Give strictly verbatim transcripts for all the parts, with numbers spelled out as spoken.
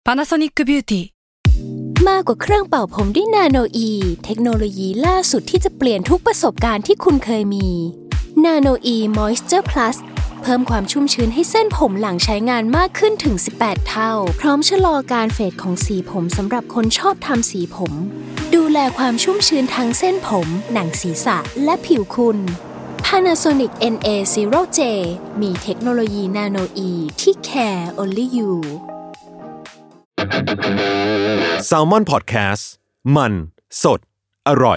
Panasonic Beauty มากกว่าเครื่องเป่าผมด้วยนาโนอีเทคโนโลยีล่าสุดที่จะเปลี่ยนทุกประสบการณ์ที่คุณเคยมีนาโนอีมอยส์เจอร์พลัสเพิ่มความชุ่มชื้นให้เส้นผมหลังใช้งานมากขึ้นถึงสิบแปดเท่าพร้อมชะลอการเฟดของสีผมสำหรับคนชอบทำสีผมดูแลความชุ่มชื้นทั้งเส้นผมหนังศีรษะและผิวคุณ Panasonic เอ็น เอ ศูนย์ เจ มีเทคโนโลยีนาโนอีที่ care only you Salmon Podcast มันสดอร่อย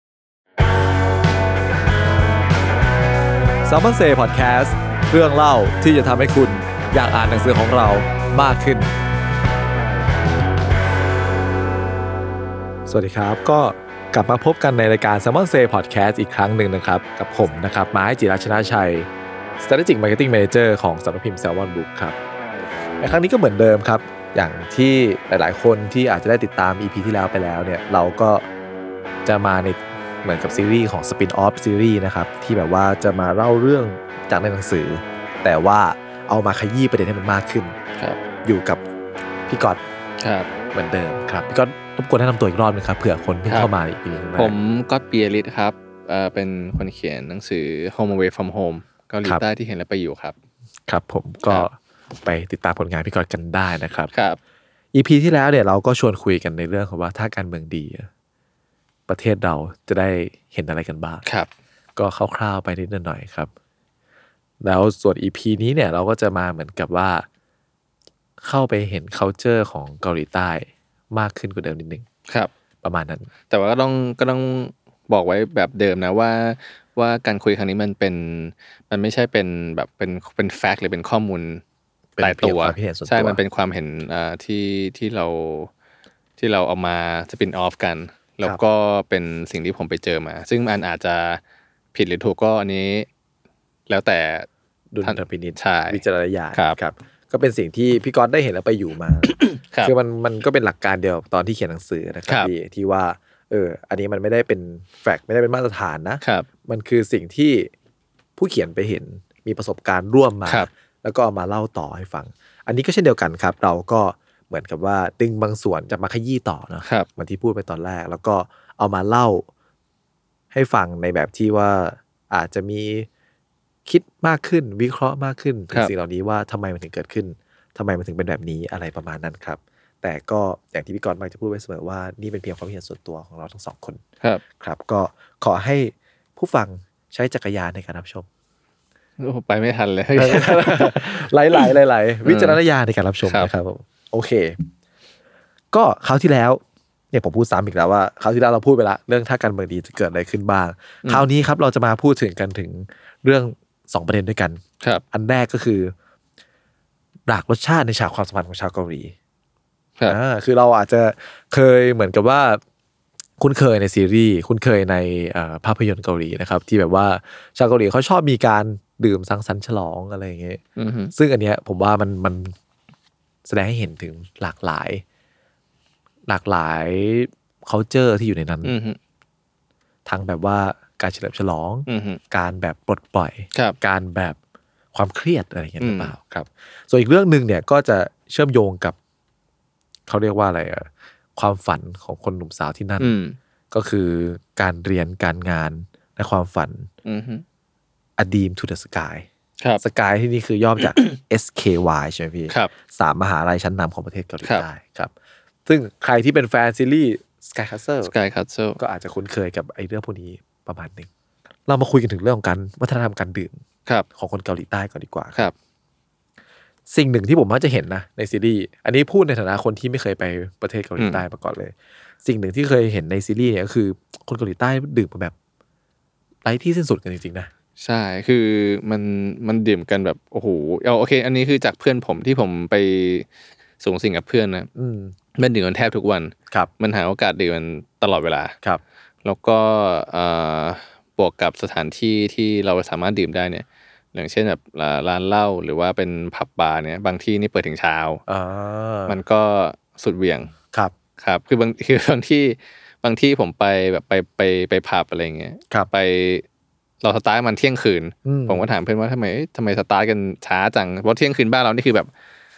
Salmon Say Podcast เรื่องเล่าที่จะทำให้คุณอยากอ่านหนังสือของเรามากขึ้นสวัสดีครับก็กลับมาพบกันในรายการ Salmon Say Podcast อีกครั้งหนึ่งนะครับกับผมนะครับม้าจิรัชนาชัย Strategic Marketing Manager ของสำนักพิมพ์ Salmon Book ครับในครั้งนี้ก็เหมือนเดิมครับอย่างที่หลายๆคนที่อาจจะได้ติดตาม อี พี ที่แล้วไปแล้วเนี่ยเราก็จะมาในเหมือนกับซีรีส์ของ Spin-off ซีรีส์นะครับที่แบบว่าจะมาเล่าเรื่องจากในหนังสือแต่ว่าเอามาขยี้ประเด็นให้มันมากขึ้นครับอยู่กับพี่ก๊อตครับเหมือนเดิมครับพี่ก๊อตรบกวนแนะนำตัวอีกรอบนึงครับเผื่อคนเพิ่งเข้ามาอีกทีนึงผมก๊อตปียริศครับเอ่อเป็นคนเขียนหนังสือ Home Away from Home เกาหลีใต้ที่เห็นและไปอยู่ครับครับผมก็ไปติดตามผลงานพี่ก๊อตกันได้นะครับครับอี พี ที่แล้วเนี่ยเราก็ชวนคุยกันในเรื่องของว่าถ้าการเมืองดีประเทศเราจะได้เห็นอะไรกันบ้างครับก็คร่าวๆไปนิดหน่อยครับแล้วส่วน อี พี นี้เนี่ยเราก็จะมาเหมือนกับว่าเข้าไปเห็น culture ของเกาหลีใต้มากขึ้นกว่าเดิมนิดนึงครับประมาณนั้นแต่ว่าก็ต้องก็ต้องบอกไว้แบบเดิมนะว่าว่าการคุยครั้งนี้มันเป็นมันไม่ใช่เป็นแบบเป็นเป็นแฟกต์หรือเป็นข้อมูลตายตัวใช่มันเป็นความเห็นอ่าที่ที่เราที่เราเอามาสปินออฟกันแล้วก็เป็นสิ่งที่ผมไปเจอมาซึ่งมันอาจจะผิดหรือถูกก็อันนี้แล้วแต่ดุลพินิจวิจารณญาณครับก็เป็นสิ่งที่พี่ก๊อตได้เห็นแล้วไปอยู่มา คือมันมันก็เป็นหลักการเดียวตอนที่เขียนหนังสือนะครับที่ที่ว่าเอออันนี้มันไม่ได้เป็นแฟกต์ไม่ได้เป็นมาตรฐานนะมันคือสิ่งที่ผู้เขียนไปเห็นมีประสบการณ์ร่วมมาแล้วก็เอามาเล่าต่อให้ฟังอันนี้ก็เช่นเดียวกันครับเราก็เหมือนกับว่าดึงบางส่วนจะมาขยี้ต่อเนาะเหมือนที่พูดไปตอนแรกแล้วก็เอามาเล่าให้ฟังในแบบที่ว่าอาจจะมีคิดมากขึ้นวิเคราะห์มากขึ้นถึงสิ่งเหล่านี้ว่าทำไมมันถึงเกิดขึ้นทำไมมันถึงเป็นแบบนี้อะไรประมาณนั้นครับแต่ก็อย่างที่พี่กรณ์มักจะพูดไว้เสมอว่านี่เป็นเพียงความเห็นส่วนตัวของเราทั้งสองคนครับครับก็ขอให้ผู้ฟังใช้จักรยานในการรับชมไปไม่ทันเลยหลายหลายหลายวิจารณญาณในการรับชมนะครับผมโอเคก็คราวที่แล้วเนี่ยผมพูดซ้ำอีกแล้วว่าคราวที่แล้วเราพูดไปละเรื่องถ้าการเมืองดีจะเกิดอะไรขึ้นบ้างคราวนี้ครับเราจะมาพูดถึงกันถึงเรื่องสองประเด็นด้วยกันอันแรกก็คือหลากรสชาติในฉากความสัมพันธ์ของชาวเกาหลีอ่าคือเราอาจจะเคยเหมือนกับว่าคุ้นเคยในซีรีส์คุ้นเคยในภาพยนตร์เกาหลีนะครับที่แบบว่าชาวเกาหลีเขาชอบมีการดื่มสังสรรค์ฉลองอะไรอย่างเงี้ยซึ่งอันเนี้ยผมว่ามันมันแสดงให้เห็นถึงหลากหลายหลากหลาย culture ที่อยู่ในนั้นทั้งแบบว่าการเฉลิมฉลองการแบบปลดปล่อยการแบบความเครียดอะไรอย่างเงี้ยหรือเปล่าครับส่วนอีกเรื่องนึงเนี่ยก็จะเชื่อมโยงกับเขาเรียกว่าอะไรอ่ะความฝันของคนหนุ่มสาวที่นั่นก็คือการเรียนการงานและความฝัน A Dream to the Sky สกายที่นี่คือย่อมาจาก เอส เค วาย ใช่ไหมพี่สามมหาลัยชั้นนำของประเทศเกาหลีใต้ครับซึ่งใครที่เป็นแฟนซีรีส์ Sky Castle Sky Castle ก็อาจจะคุ้นเคยกับไอ้เรื่องพวกนี้ประมาณนึงเรามาคุยกันถึงเรื่องของการวัฒนธรรมการดื่มของคนเกาหลีใต้ก่อนดีกว่าครับสิ่งหนึ่งที่ผมมักจะเห็นนะในซีรีส์อันนี้พูดในฐานะคนที่ไม่เคยไปประเทศเกาหลีใต้มาก่อนเลยสิ่งหนึ่งที่เคยเห็นในซีรีส์เนี่ยก็คือคนเกาหลีใต้ดื่มแบบไร้ที่สิ้นสุดกันจริงๆนะใช่คือมันมันดื่มกันแบบโอ้โหเอาโอเคอันนี้คือจากเพื่อนผมที่ผมไปสูงสิงกับเพื่อนนะมันดื่มกันแทบทุกวันมันหาโอกาสดื่มมันตลอดเวลาครับแล้วก็บวกกับสถานที่ที่เราสามารถดื่มได้เนี่ยอย่างเช่นแบบร้านเหล้าหรือว่าเป็นผับบาร์เนี่ยบางที่นี่เปิดถึงเช้ามันก็สุดเหวี่ยงครับครับคือบางคือบางที่บางที่ผมไปแบบไปไปไปผับอะไรเงี้ยไปเราสตาร์ทมันเที่ยงคืนผมก็ถามเพื่อนว่าทำไมทำไมสตาร์ทกันช้าจังเพราะเที่ยงคืนบ้านเรานี่คือแบบ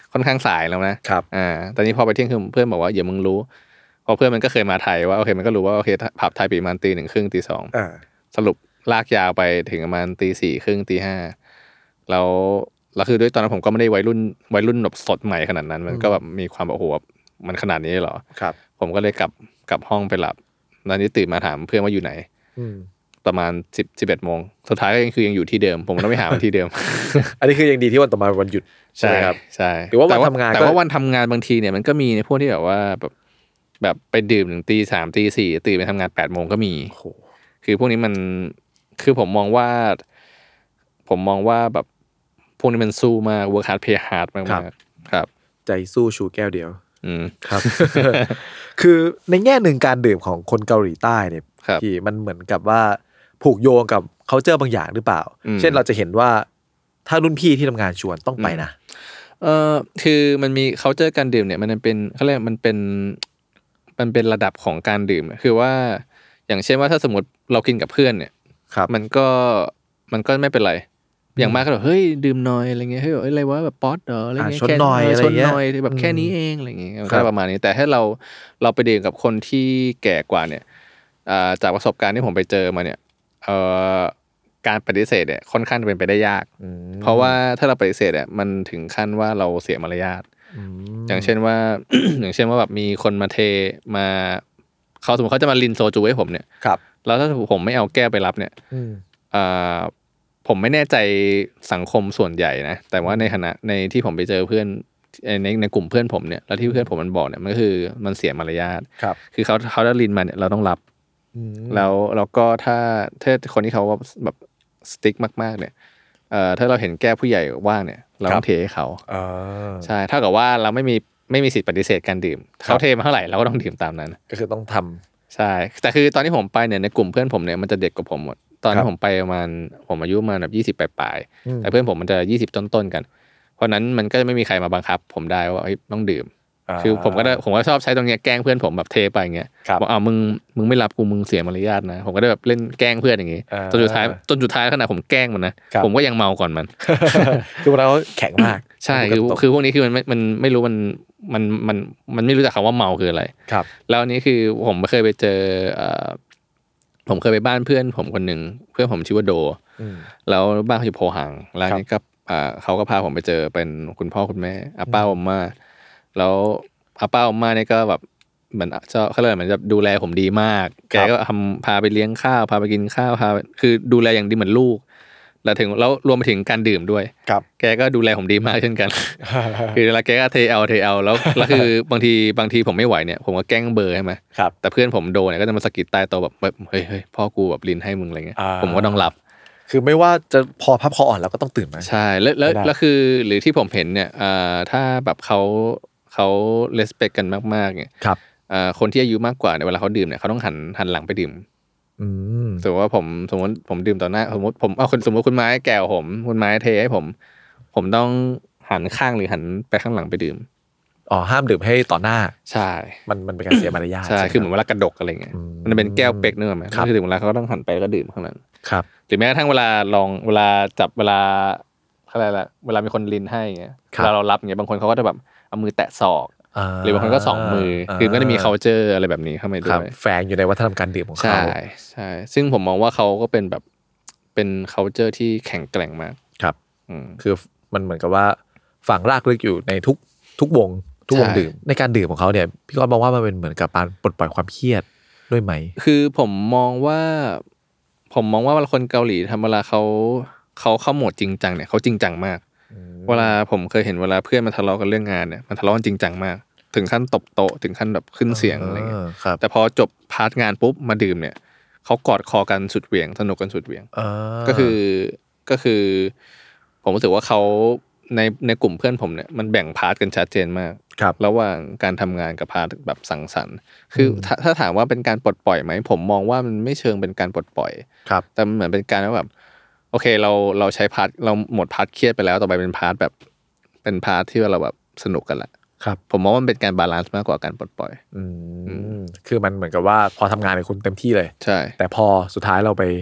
ค่อนข้างสายแล้วนะครับอ่าตอนนี้พอไปเที่ยงคืนเพื่อนบอกว่าอย่ามึงรู้พอเพื่อนมันก็เคยมาไทยว่าโอเคมันก็รู้ว่าโอเคผับไทยปิดประมาณตีหนึ่งครึ่งตีสองสรุปลากยาวไปถึงประมาณตีสี่ครึ่งตีห้าแล้วแล้วคือด้วยตอนนั้นผมก็ไม่ได้วัยรุ่นวัยรุ่นแบบสดใหม่ขนาดนั้นมันก็แบบมีความแบบโอ้โหมันขนาดนี้เหรอครับผมก็เลยกลับกลับห้องไปหลับตอนนี้ตื่นมาถามเพื่อนว่าอยู่ไหนประมาณสิบ สิบเอ็ดโมงสุดท้ายก็ยังคือยังอยู่ที่เดิมผมต้องไปหามันที่เดิมอันนี้คือยังดีที่วันต่อมาวันหยุดใช่ไหมครับใช่หรือว่าวันทำงานแต่ว่าวันทำงานบางทีเนี่ยมันก็มีในพวกที่แบบว่าแบบแบบไปดื่มถึงตีสามตีสี่ตื่นไปทำงานแปดโมงก็มีคือพวกนี้มันคือผมมองว่าผมมองว่าแบบพวกนี้มันสู้มาก work hard play hard มากๆครับใจสู้ชูแก้วเดียวอืมครับ คือในแง่หนึ่งการดื่มของคนเกาหลีใต้เนี่ยที่มันเหมือนกับว่าผูกโยงกับ culture บางอย่างหรือเปล่าเช่นเราจะเห็นว่าถ้ารุ่นพี่ที่ทำงานชวนต้องไปนะเออคือมันมี culture การดื่มเนี่ยมันเป็นเขาเรียกมันเป็นมันเป็นระดับของการดื่มคือว่าอย่างเช่นว่าถ้าสมมติเรากินกับเพื่อนเนี่ยมันก็มันก็ไม่เป็นไรอย่างมากก็แบบเฮ้ยดื่มหน่อยอะไรเงี้ยเฮ้ยอะไรวะแบบป๊อตเหรออะไรเงี้ยแค่น้อยอะไรเงี้ยแบบแค่นี้เองอะไรเงี้ยก็ประมาณนี้แต่ถ้าเราเราไปดื่มกับคนที่แก่กว่าเนี่ยจากประสบการณ์ที่ผมไปเจอมาเนี่ยการปฏิเสธเนี่ยค่อนข้างเป็นไปได้ยากเพราะว่าถ้าเราปฏิเสธเนี่ยมันถึงขั้นว่าเราเสียมารยาทอย่างเช่นว่า อย่างเช่นว่าแบบมีคนมาเทมาเขาสมมติเขาจะมาลินโซจูให้ผมเนี่ยแล้วถ้าผมไม่เอาแก้วไปรับเนี่ยผมไม่แน่ใจสังคมส่วนใหญ่นะแต่ว่าในขณะในที่ผมไปเจอเพื่อนในในกลุ่มเพื่อนผมเนี่ยแล้วที่เพื่อนผมมันบอกเนี่ยมันก็คือมันเสียมารยาทคือเขาเขาได้ลินมาเนี่ยเราต้องรับแล้วแล้วก็ถ้าถ้าคนที่เขาแบบสติ๊กมากๆเนี่ยเอ่อถ้าเราเห็นแก้วผู้ใหญ่ว่างเนี่ยเราต้องเทให้เขาใช่เท่ากับว่าเราไม่มีไม่มีสิทธิ์ปฏิเสธการดื่มเขาเทมาเท่าไหร่เราก็ต้องดื่มตามนั้นก็คือต้องทำใช่แต่คือตอนที่ผมไปเนี่ยในกลุ่มเพื่อนผมเนี่ยมันจะเด็กกว่าผมหมดตอนที่ผมไปประมาณผมอายุมาแบบยี่สิบปลายๆแต่เพื่อนผมมันจะยี่สิบต้นๆกันเพราะนั้นมันก็ไม่มีใครมาบังคับผมได้ว่าเฮ้ยต้องดื่มคือผมก็ได้ผมก็ชอบใช้ตรงเนี้ยแกล้งเพื่อนผมแบบเทไปอย่างเงี้ยบอกอ้าวมึงมึงไม่รับกูมึงเสียมารยาทนะผมก็ได้แบบเล่นแกล้งเพื่อนอย่างงี้จนสุดท้ายจนสุดท้ายขนาดผมแกล้งมันนะผมก็ยังเมาก่อนมันคือเราแข็งมากใช่คือคือพวกนี้คือมันไม่มันไม่รู้มันมันมันมันไม่รู้จักคำว่าเมาคืออะไรแล้วอันนี้คือผมเคยไปเจอผมเคยไปบ้านเพื่อนผมคนหนึ่งเพื่อนผมชื่อว่าโดแล้วบ้านเขาอยู่โพหังแล้วนี่ก็เขาก็พาผมไปเจอเป็นคุณพ่อคุณแม่อาป้าอมม่าแล้วอาป้าอมม่าเนี่ยก็แบบเหมือนเจ้าเขาเลยเหมือนจะดูแลผมดีมากแกก็ทำพาไปเลี้ยงข้าวพาไปกินข้าวพาคือดูแลอย่างดีเหมือนลูกแล้วถึงแล้วรวมไปถึงการดื่มด้วยแกก็ดูแลผมดีมากเช่นกันคือเวลาแกก็เทเอาเทเอาแล้วแล้วคือบางทีบางทีผมไม่ไหวเนี่ยผมก็แกล้งเบอร์ใช่ไหมแต่เพื่อนผมโดนเนี่ยก็จะมาสะกิดใต้โต๊ะแบบเฮ้ยเฮ้ยพ่อกูแบบลินให้มึงอะไรเงี้ยผมก็ต้องรับคือไม่ว่าจะพอพับคออ่อนแล้วก็ต้องตื่นมาใช่แล้วแล้วแล้วคือหรือที่ผมเห็นเนี่ยถ้าแบบเขาเขาเรสเพคกันมากๆเนี่ยคนที่อายุมากกว่าเนี่ยเวลาเขาดื่มเนี่ยเขาต้องหันหันหลังไปดื่มสมมติว่าผมสมมติผมดื่มต่อหน้าสมมติผมเอาคนสมมติคุณไม้แก้วผมคุณไม้เทให้ผมผมต้องหันข้างหรือหันไปข้างหลังไปดื่มอ๋อห้ามดื่มให้ต่อหน้าใช่มันมันเป็นการเสียมารยาทใช่คือเหมือนเวลากระดกอะไรเงี้ยมันเป็นแก้วเป๊กเนื้อไหมคือถึงเวลาเขาก็ต้องหันไปแล้วก็ดื่มข้างนั้นครับหรือแม้กระทั่งเวลาลองเวลาจับเวลาอะไรล่ะเวลามีคนลินให้เงี้ยเวลาเรารับเงี้ยบางคนเขาก็จะแบบเอามือแตะศอกหรือบางคนก็สองมือคือก็จะมี culture อะไรแบบนี้เข้ามาด้วยแฝงอยู่ในวัฒนธรรมการดื่มของเขาใช่ใช่ซึ่งผมมองว่าเขาก็เป็นแบบเป็น culture ที่แข็งแกร่งมากครับคือมันเหมือนกับว่าฝังรากลึกอยู่ในทุกทุกวงทุกวงดื่มในการดื่มของเขาเนี่ยพี่ก็มองว่ามันเป็นเหมือนกับการปลดปล่อยความเครียดด้วยไหมคือผมมองว่าผมมองว่าเวลาคนเกาหลีทำเวลาเขาเขาเข้าโหมดจริงจังเนี่ยเขาจริงจังมากเวลาผมเคยเห็นเวลาเพื่อนมาทะเลาะกันเรื่องงานเนี่ยมันทะเลาะกันจริงจังมากถึงขั้นตบโต๊ะถึงขั้นแบบขึ้นเสียงอะไรเงี้ยแต่พอจบพาร์ทงานปุ๊บมาดื่มเนี่ยเขากอดคอกันสุดเหวี่ยงสนุกกันสุดเหวี่ยงก็คือก็คือผมรู้สึกว่าเขาในในกลุ่มเพื่อนผมเนี่ยมันแบ่งพาร์ทกันชัดเจนมากระหว่างการทำงานกับพาร์ทแบบสังสรรค์คือถ้าถ้าถามว่าเป็นการปลดปล่อยไหมผมมองว่ามันไม่เชิงเป็นการปลดปล่อยแต่มันเหมือนเป็นการว่าแบบโอเคเราเราใช้พาร์ทเราหมดพาร์ทเครียดไปแล้วต่อไปเป็นพาร์ทแบบเป็นพาร์ทที่เราแบบสนุกกันแหละครับผมมองว่ามันเป็นการบาลานซ์มากกว่าการปลดปล่อยอืมคือมันเหมือนกับว่าพอทำงานเนี่ยคุณเต็มที่เลยใช่แต่พอสุดท้ายเราไปเค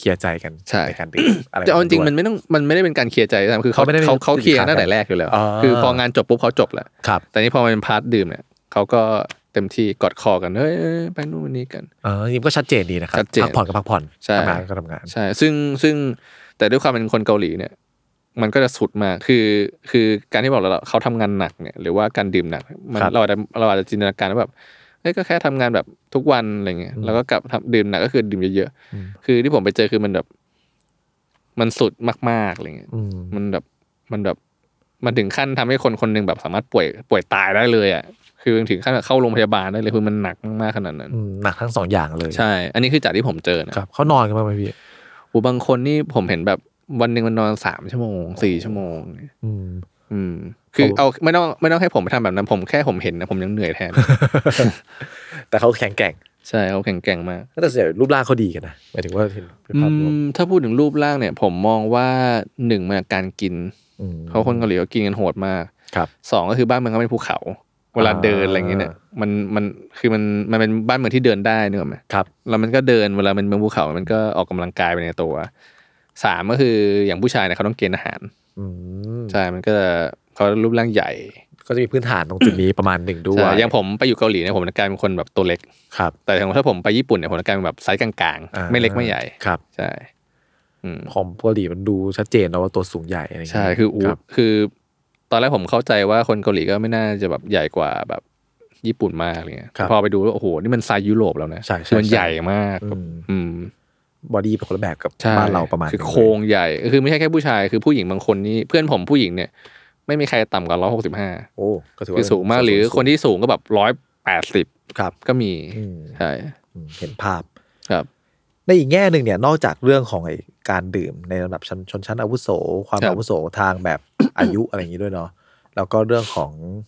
เคลียร์ใจกันใ, ในการดื่มอะไรแต่เอาจริงมันไม่ต้องมันไม่ได้เป็นการเคลียร์ใจนะคือเขาเขาเขาเคลียร์ตั้งแต่แรกอยู่แล้วคือพองานจบปุ๊บเขาจบแล้วแต่นี่พอมันเป็นพาร์ทดื่มเนี่ยเขาก็เต็มที่กอดคอกันเฮ้ยไปนู่นนี่กันเออนี่ก็ชัดเจนดีนะครับพักผ่อนก็พักผ่อนทำงานก็ทำงานใช่ซึ่งซึ่งแต่ด้วยความเป็นคนเกาหลีเนี่ยมันก็จะสุดมากคือคือการที่บอกเราเขาทำงานหนักเนี่ยหรือว่าการดื่มหนักมันเราอาจจะเราอาจจะจินตนาการว่าแบบเฮ้ยก็แค่ทำงานแบบทุกวันอะไรเงี้ยแล้วก็กลับดื่มหนักก็คือดื่มเยอะๆคือที่ผมไปเจอคือมันแบบมันสุดมากๆอะไรเงี้ยมันแบบมันแบบมันถึงขั้นทำให้คนคนนึงแบบสามารถป่วยป่วยตายได้เลยอ่ะคือถึงขั้นเข้าโรงพยาบาลได้เลยคือมันหนักมากๆขนาดนั้นหนักทั้งสองอย่างเลยใช่อันนี้คือจากที่ผมเจอนะครับเขานอนกันบ้างไหมพี่โอ้บางคนนี่ผมเห็นแบบวันนึงมันนอนสามชั่วโมงสี่ชั่วโมงอืมอืมคือเอาไม่ต้องไม่ต้องให้ผมไปทำแบบนั้นผมแค่ผมเห็นนะผมยังเหนื่อยแทนแต่เขาแข็งแกร่งใช่เขาแข็งแกร่งมากแต่เสียรูปร่างเขาดีกันนะหมายถึงว่าเห็นภาพรวมถ้าพูดถึงรูปร่างเนี่ยผมมองว่าหนึ่งมาจากการกินเขาคนเกาหลีเขากินกันโหดมากสองก็คือบ้านเมืองเขาเป็นภูเขาเวลาเดินอะไรอย่างเงี้ยเนี่ยมันมันคือมันมันเป็นบ้านเมืองที่เดินได้นึกออกไหมครับแล้วมันก็เดินเวลามันเมืองภูเขามันก็ออกกำลังกายไปในตัวสามก็คืออย่างผู้ชายเนี่ยเขาต้องเกณฑ์อาหารใช่มันก็เขารูปร่างใหญ่ก็จะมีพื้นฐานตรงจุดนี้ประมาณหนึ่งด้วยอย่างผมไปอยู่เกาหลีเนี่ยผมจะกลายเป็นคนแบบตัวเล็กครับแต่ถ้าผมไปญี่ปุ่นเนี่ยผมจะกลายเป็นแบบไซส์กลางๆไม่เล็กไม่ใหญ่ครับใช่ของเกาหลีมันดูชัดเจนนะว่าตัวสูงใหญ่อะไรอย่างเงี้ยใช่คืออู้คือตอนแรกผมเข้าใจว่าคนเกาหลีก็ไม่น่าจะแบบใหญ่กว่าแบบญี่ปุ่นมากอะไรเงี้ยพอไปดูแล้วโอ้โหนี่มันไซส์ยุโรปแล้วนะมันใหญ่มากอืมบอดี้เป็นคนละแบบกับบ้านเราประมาณคือโครงใหญ่คือไม่ใช่แค่ผู้ชายคือผู้หญิงบางคนนี่เพื่อนผมผู้หญิงเนี่ยไม่มีใครต่ำกว่าร้อยหกสิบห้าโอ้ก็ถือว่าสูงมากหรือคนที่สูงก็แบบร้อยแปดสิบครับก็มีใช่เห็นภาพครับในอีกแง่หนึ่งเนี่ยนอกจากเรื่องของไอ้การดื่มในระดับชนชนชั้นอาวุโสความอาวุโสทางแบบอายุอะไรอย่างนี้ด้วยเนาะแล้วก็เรื่องของ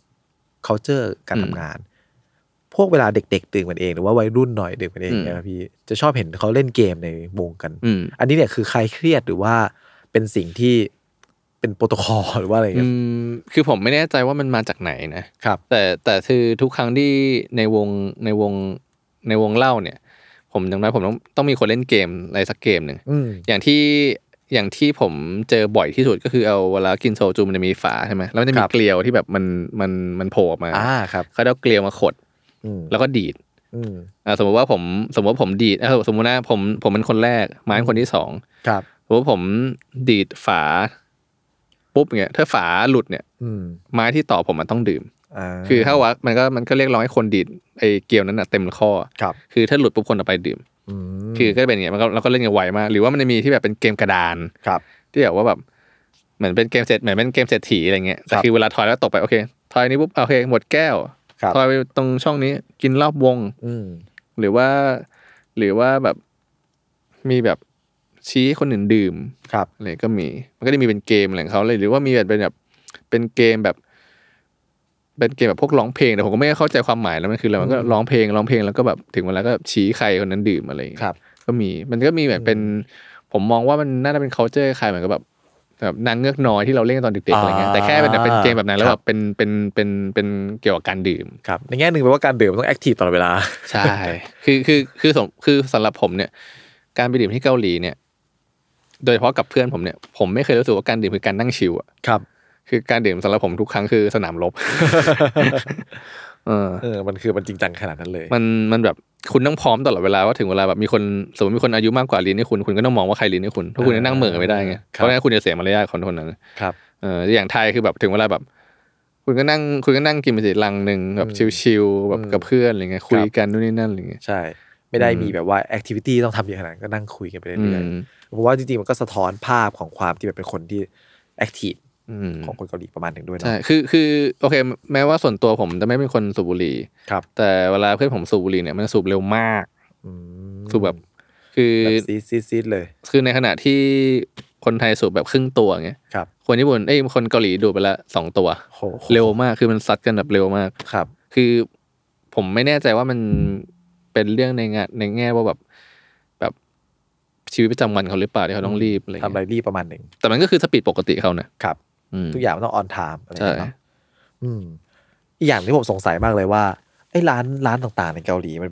culture การทำงานพวกเวลาเด็กๆดื่มกันเองหรือว่าวัยรุ่นหน่อยดื่มกันเองเนี่ยพี่จะชอบเห็นเขาเล่นเกมในวงกันอันนี้เนี่ยคือใครเครียดหรือว่าเป็นสิ่งที่เป็นโปรโตคอลหรือว่าอะไรเงี้ยคือผมไม่แน่ใจว่ามันมาจากไหนนะครับแต่แต่คือทุกครั้งที่ในวงในวงในวงเล่าเนี่ยผมจำได้ผมต้องต้องมีคนเล่นเกมอะไรสักเกมหนึ่งอย่างที่อย่างที่ผมเจอบ่อยที่สุดก็คือเอาเวลากินโซจูมันจะมีฝาใช่ไหมแล้วมันจะมีเกลียวที่แบบมันมันมันโผล่ออกมาเขาเอาเกลียวมาขดแล้วก็ดีดอ่าสมมติว่าผมสมมติว่าผมดีดสมมตินะผมผมเป็นคนแรกไม้เป็นคนที่สองสมมติว่าผมดีดฝาปุ๊บเนี่ยถ้าฝาหลุดเนี่ยไม้ที่ต่อผมมันต้องดื่มคือถ้าว่ามันก็มันก็เรียกร้องให้คนดีดไอ้เกลียวนั้นน่ะเต็มข้อคือถ้าหลุดปุ๊บคนต่อไปดื่มคือก็เป็นอย่างเงี้ยมันก็เราก็เล่นกันไวมากหรือว่ามันจะมีที่แบบเป็นเกมกระดานที่แบบว่าแบบเหมือนเป็นเกมเศรษเหมือนเป็นเกมเศรษฐีอะไรเงี้ยแต่คือเวลาทอยแล้วตกไปโอเคทอยนี้ปุ๊บโอเคหมดแก้วทอยไปตรงช่องนี้กินรอบวงหรือว่าหรือว่าแบบมีแบบชี้คนอื่นดื่มอะไรก็มีมันก็จะมีเป็นเกมอะไรของเขาเลยหรือว่ามีแบบเป็นแบบเป็นเกมแบบเป็นเกมแบบพวกร้องเพลงแต่ผมก็ไม่เข้าใจความหมายแล้วมันคืออะไรมันก็ร้องเพลงร้องเพลงแล้วก็แบบถึงเวลาก็ชี้ใครคนนั้นดื่มอะไรอย่างเงี้ยก็มีมันก็มีแบบเป็นผมมองว่ามันน่าจะเป็น culture ใครเหมือนกับแบบแบบนางเงือกน้อยที่เราเล่นตอนเด็กๆอะไรเงี้ยแต่แค่เป็นเป็นเกมแบบนั้นแล้วแบบเป็นเป็นเป็นเป็นเกี่ยวกับการดื่มครับในแง่นึงแปลว่าการดื่มต้องแอคทีฟตลอดเวลาใช่คือคือคือคือสำหรับผมเนี่ยการไปดื่มที่เกาหลีเนี่ยโดยเฉพาะกับเพื่อนผมเนี่ยผมไม่เคยรู้สึกว่าการดื่มคือการนั่งชิลอ่ะครับคือการดื่มสำหรับผมทุกครั้งคือสนามรบเออเออมันคือมันจริงจังขนาดนั้นเลยมันมันแบบคุณต้องพร้อมตลอดเวลาว่าถึงเวลาแบบมีคนสมมติมีคนอายุมากกว่าลิ้นให้คุณคุณก็ต้องมองว่าใครลิ้นให้คุณถ้าคุณนั่งเหม่อไม่ได้ไงเพราะงั้นคุณจะเสียมารยาทคนคนนั้นครับเอออย่างไทยคือแบบถึงเวลาแบบคุณก็นั่งคุณก็นั่งกินไปสิลังนึงแบบชิลๆแบบกับเพื่อนอะไรเงี้ยคุยกันนู่นนี่นั่นอะไรเงี้ยใช่ไม่ได้มีแบบว่าแอคทิวิตี้ต้องทำอย่างนั้นก็นั่งคุยกันไปเรื่อยๆเพราะว่าจริงๆมันก็สะท้อนภาพของความที่แบบเป็นคนที่แอคทีฟของคนเกาหลีประมาณหนึ่งด้วยเนาะใช่คือคือโอเคแม้ว่าส่วนตัวผมจะไม่เป็นคนสูบบุหรี่ครับแต่เวลาเพื่อนผมสูบบุหรี่เนี่ยมันสูบเร็วมากสูบแบบคือซีดซีดเลยคือในขณะที่คนไทยสูบแบบครึ่งตัวเงี้ยครับคนญี่ปุ่นเอ้ยคนเกาหลีดูดไปละสองตัวเร็วมากคือมันซัดกันแบบเร็วมากครับคือผมไม่แน่ใจว่ามันเป็นเรื่องในงานในแง่ว่าแบบแบบชีวิตประจำวันเขาหรือเปล่าที่เขาต้องรีบอะไรทำอะไรรีบประมาณหนึ่งแต่มันก็คือสปีดปกติเขานะครับทุกอย่างมันต้องออนไทม์อะไรอย่างเงี้ยอืมอีกอย่างที่ผมสงสัยมากเลยว่าไอ้ร้านร้านต่างๆในเกาหลีมันเป็นแบบ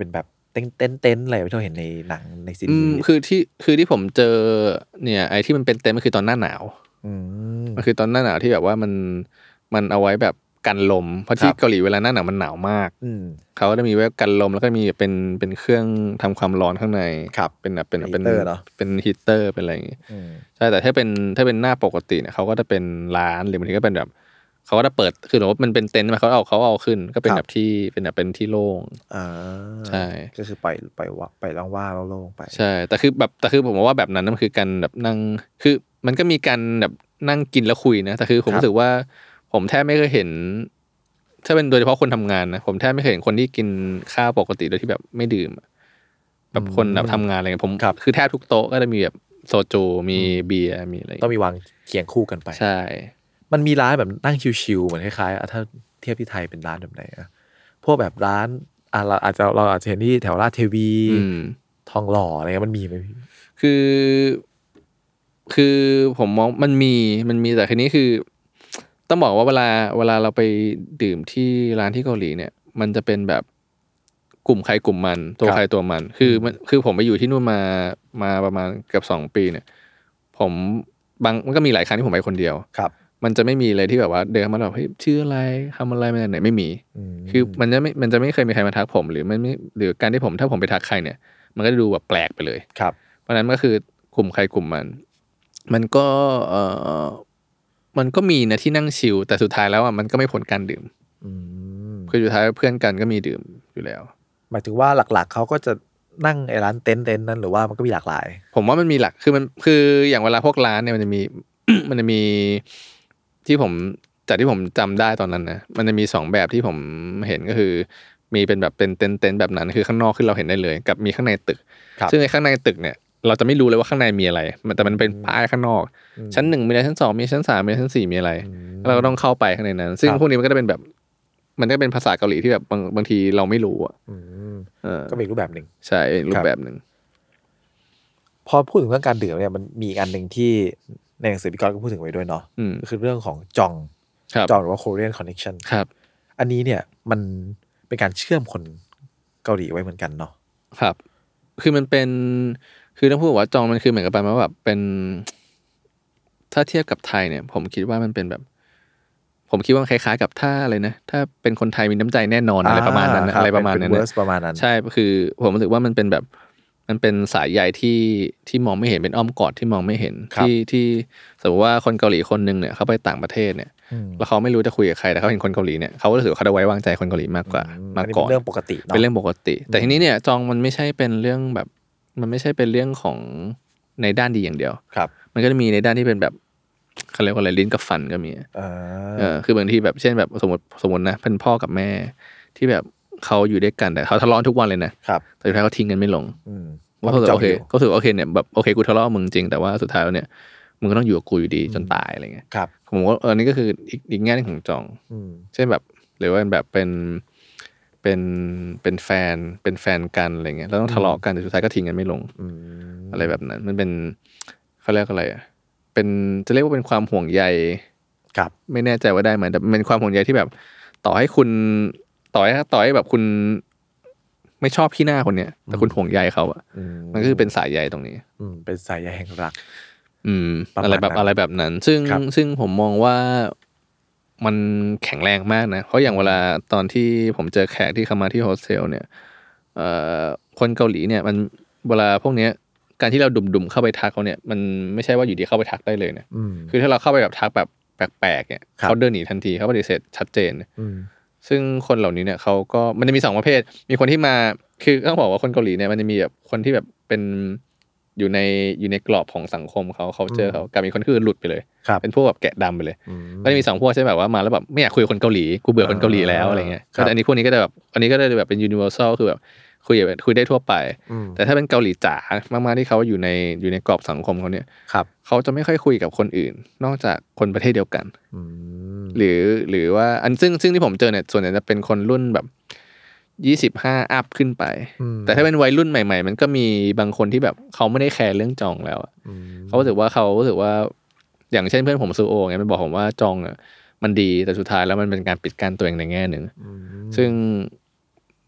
เต้นเต้นเต้นอะไรที่เราเห็นในหนังในซีรีส์คือที่คือที่ผมเจอเนี่ยไอ้ที่มันเป็นเต็นท์มันคือตอนหน้าหนาวมันคือตอนหน้าหนาวที่แบบว่ามันมันเอาไว้แบบกันลมเพราะที่เกาหลีเวลาหน้าหนาวมันหนาวมากเขาก็จะมีไว้กันลมแล้วก็มีเป็นเป็นเครื่องทำความร้อนข้างในเป็นแบบเป็นเป็นเป็นฮีเตอร์เป็นอะไรอย่างงี้ใช่แต่ถ้าเป็นถ้าเป็นหน้าปกติเนี่ยเขาก็จะเป็นร้านหรือบางทีก็เป็นแบบเขาก็จะเปิดคือสมมติมันเป็นเต็นท์มาเขาเอาเขาเอาขึ้นก็เป็นแบบที่เป็นแบบเป็นที่โล่งอ่าใช่ก็คือปล่อยปล่อยว่าปล่อยว่างๆโล่งๆไปใช่แต่คือแบบแต่คือผมว่าแบบนั้นมันคือการแบบนั่งคือมันก็มีการแบบนั่งกินแล้วคุยนะแต่คือผมรู้สึกว่าผมแทบไม่เคยเห็นถ้าเป็นโดยเฉพาะคนทำงานนะผมแทบไม่เคยเห็นคนที่กินข้าวปกติโดยที่แบบไม่ดื่มแบบคนแบบทำงานอะไรเงี้ยผมคือแทบทุกโต๊ะก็จะมีแบบโซจูมีเบียร์มีอะไรต้องมีวางเคียงคู่กันไปใช่มันมีร้านแบบนั่งชิวๆเหมือนคล้ายๆถ้าเทียบที่ไทยเป็นร้านแบบไหนอะพวกแบบร้านอ่ะเราอาจจะเราอาจจะเห็นที่แถวลาดเทวีทองหล่ออะไรเงี้ยมันมีไหมพี่คือคือผมมองมันมีมันมีแต่ทีนี้คือต้องบอกว่าเวลาเวลาเราไปดื่มที่ร้านที่เกาหลีเนี่ยมันจะเป็นแบบกลุ่มใครกลุ่มมันตัวใครตัวมันคือมันคือผมไปอยู่ที่นู่นมามาประมาณเกือบสองปีเนี่ยผมบางมันก็มีหลายครั้งที่ผมไปคนเดียวครับมันจะไม่มีเลยที่แบบว่าเดินมาแบบเฮ้ยชื่ออะไรทำอะไรมาไหนไม่มีคือมันจะไม่มันจะไม่เคยมีใครมาทักผมหรือมันไม่หรือการที่ผมถ้าผมไปทักใครเนี่ยมันก็จะดูแบบแปลกไปเลยครับเพราะนั้นก็คือกลุ่มใครกลุ่มมันมันก็เอ่อมันก็มีนะที่นั่งชิลแต่สุดท้ายแล้วอ่ะมันก็ไม่ผลการดื่มคือสุดท้ายเพื่อนกันก็มีดื่มอยู่แล้วหมายถึงว่าหลักๆเขาก็จะนั่งไอ้ร้านเต็นท์เต็นท์นั้นหรือว่ามันก็มีหลากหลายผมว่ามันมีหลักคือมันคืออย่างเวลาพวกร้านเนี่ยมันจะมี มันจะมีที่ผมจากที่ผมจำได้ตอนนั้นนะมันจะมีสองแบบที่ผมเห็นก็คือมีเป็นแบบเป็นเต็นท์เต็นท์แบบนั้นคือข้างนอกคือเราเห็นได้เลยกับมีข้างในตึกซึ่งในข้างในตึกเนี่ยเราจะไม่รู้เลยว่าข้างในมีอะไรแต่มันเป็นป้ายข้างนอกชั้นหนึ่งมีอะไรชั้นสองมีชั้นสามมีชั้นสี่มีอะไรเราก็ต้องเข้าไปข้างในนั้นซึ่งพวกนี้มันก็จะเป็นแบบมันก็เป็นภาษาเกาหลีที่แบบบางบางทีเราไม่รู้อ่ะก็เป็นรูปแบบหนึ่งใช่รูปแบบหนึ่งพอพูดถึงเรื่องการดื่มเนี่ยมันมีอีกอันหนึ่งที่ในหนังสือพี่กรณ์ก็พูดถึงไว้ด้วยเนาะก็คือเรื่องของจองจองหรือว่า Korean Connection ครับอันนี้เนี่ยมันเป็นการเชื่อมคนเกาหลีไว้เหมือนกันเนาะครับคือมันเป็นคือต้องพูดว่าจองมันคือเหมือนกับประมาณว่าแบบเป็นถ้าเทียบกับไทยเนี่ยผมคิดว่ามันเป็นแบบผมคิดว่าคล้ายๆกับถ้าอะไรนะถ้าเป็นคนไทยมีน้ำใจแน่นอนอะไรประมาณนั้นอะไรประมาณนั้นประมาณนั้นใช่คือผมรู้สึกว่ามันเป็นแบบมันเป็นสายใยที่ที่มองไม่เห็นเป็นอ้อมกอดที่มองไม่เห็นที่ที่สมมติว่าคนเกาหลีคนนึงเนี่ยเขาไปต่างประเทศเนี่ยแล้วเขาไม่รู้จะคุยกับใครแต่เขาเห็นคนเกาหลีเนี่ยเขาก็รู้สึกว่าเขาได้ไว้วางใจคนเกาหลีมากกว่ามาก่อนเป็นเรื่องปกติเป็นเรื่องปกติแต่ทีนี้เนี่ยจองมันไม่ใช่เป็นเรื่องแบบมันไม่ใช่เป็นเรื่องของในด้านดีอย่างเดียวมันก็จะมีในด้านที่เป็นแบบเขาเรียกว่าอะไรลิ้นกับฟันก็มีเออคือบางทีแบบเช่นแบบสมมติสมมตินะเป็นพ่อกับแม่ที่แบบเขาอยู่ด้วยกันแต่เขาทะเลาะทุกวันเลยนะแต่สุดท้ายเขาทิ้งกันไม่ลงว่าเขาโอเคก็ถือโอเคเนี่ยแบบโอเคกูทะเลาะมึงจริงแต่ว่าสุดท้ายแล้วเนี่ยมึงก็ต้องอยู่กับกูอยู่ดีจนตายอะไรเงี้ยผมว่าอันนี้ก็คืออีกอีกแง่นึงของจองเช่นแบบหรือว่าแบบเป็นเป็นเป็นแฟนเป็นแฟนกันอะไรเงี้ยแล้วต้องทะเลาะกันแต่สุดท้ายก็ทิ้งกันไม่ลงอะไรแบบนั้นมันเป็นเขาเรียกอะไรอ่ะเป็นจะเรียกว่าเป็นความห่วงใยครับไม่แน่ใจว่าได้ไหมแต่เป็นความห่วงใยที่แบบต่อให้คุณต่อให้ต่อให้แบบคุณไม่ชอบขี้หน้าคนเนี้ยแต่คุณห่วงใยเขาอ่ะมันก็คือเป็นสายใยตรงนี้อืมเป็นสายใยแห่งรักอืมอะไรแบบอะไรแบบนั้นซึ่งซึ่งผมมองว่ามันแข็งแรงมากนะเพราะอย่างเวลาตอนที่ผมเจอแขกที่เข้ามาที่โฮสเทลเนี่ยเอ่อคนเกาหลีเนี่ยมันเวลาพวกเนี้ยการที่เราดุ่มๆเข้าไปทักเขาเนี่ยมันไม่ใช่ว่าอยู่ดีเข้าไปทักได้เลยนะคือถ้าเราเข้าไปแบบทักแบบแปลกๆเนี่ยเขาเดินหนีทันทีเขาปฏิเสธชัดเจนซึ่งคนเหล่านี้เนี่ยเขาก็มันจะมีสองประเภทมีคนที่มาคือต้องบอกว่าคนเกาหลีเนี่ยมันจะมีแบบคนที่แบบเป็นอยู่ในอยู่ในกรอบของสังคมเขาเขาเจอเขากับมีคนคือหลุดไปเลยเป็นพวกแบบแกะดำไปเลยก็จะมีสองพวกใช่แบบว่ามาแล้วแบบไม่อยากคุยกับคนเกาหลีกูเบื่อคนเกาหลีแล้วอะไรเงี้ยก็อันนี้พวกนี้ก็จะแบบอันนี้ก็จะแบบเป็น universal คือแบบคุยแบบคุยได้ทั่วไปแต่ถ้าเป็นเกาหลีจ๋ามากๆที่เขาอยู่ในอยู่ในกรอบสังคมเขาเนี่ยเขาจะไม่ค่อยคุยกับคนอื่นนอกจากคนประเทศเดียวกันหรือหรือว่าอันซึ่งซึ่งที่ผมเจอเนี่ยส่วนใหญ่จะเป็นคนรุ่นแบบยี่สิบห้าอัพขึ้นไปแต่ถ้าเป็นวัยรุ่นใหม่ๆมันก็มีบางคนที่แบบเขาไม่ได้แคร์เรื่องจองแล้วเขารู้สึกว่าเขารู้สึกว่าอย่างเช่นเพื่อนผมซูโอไงมันบอกผมว่าจองอ่ะมันดีแต่สุดท้ายแล้วมันเป็นการปิดกั้นตัวเองในแง่หนึ่งซึ่ง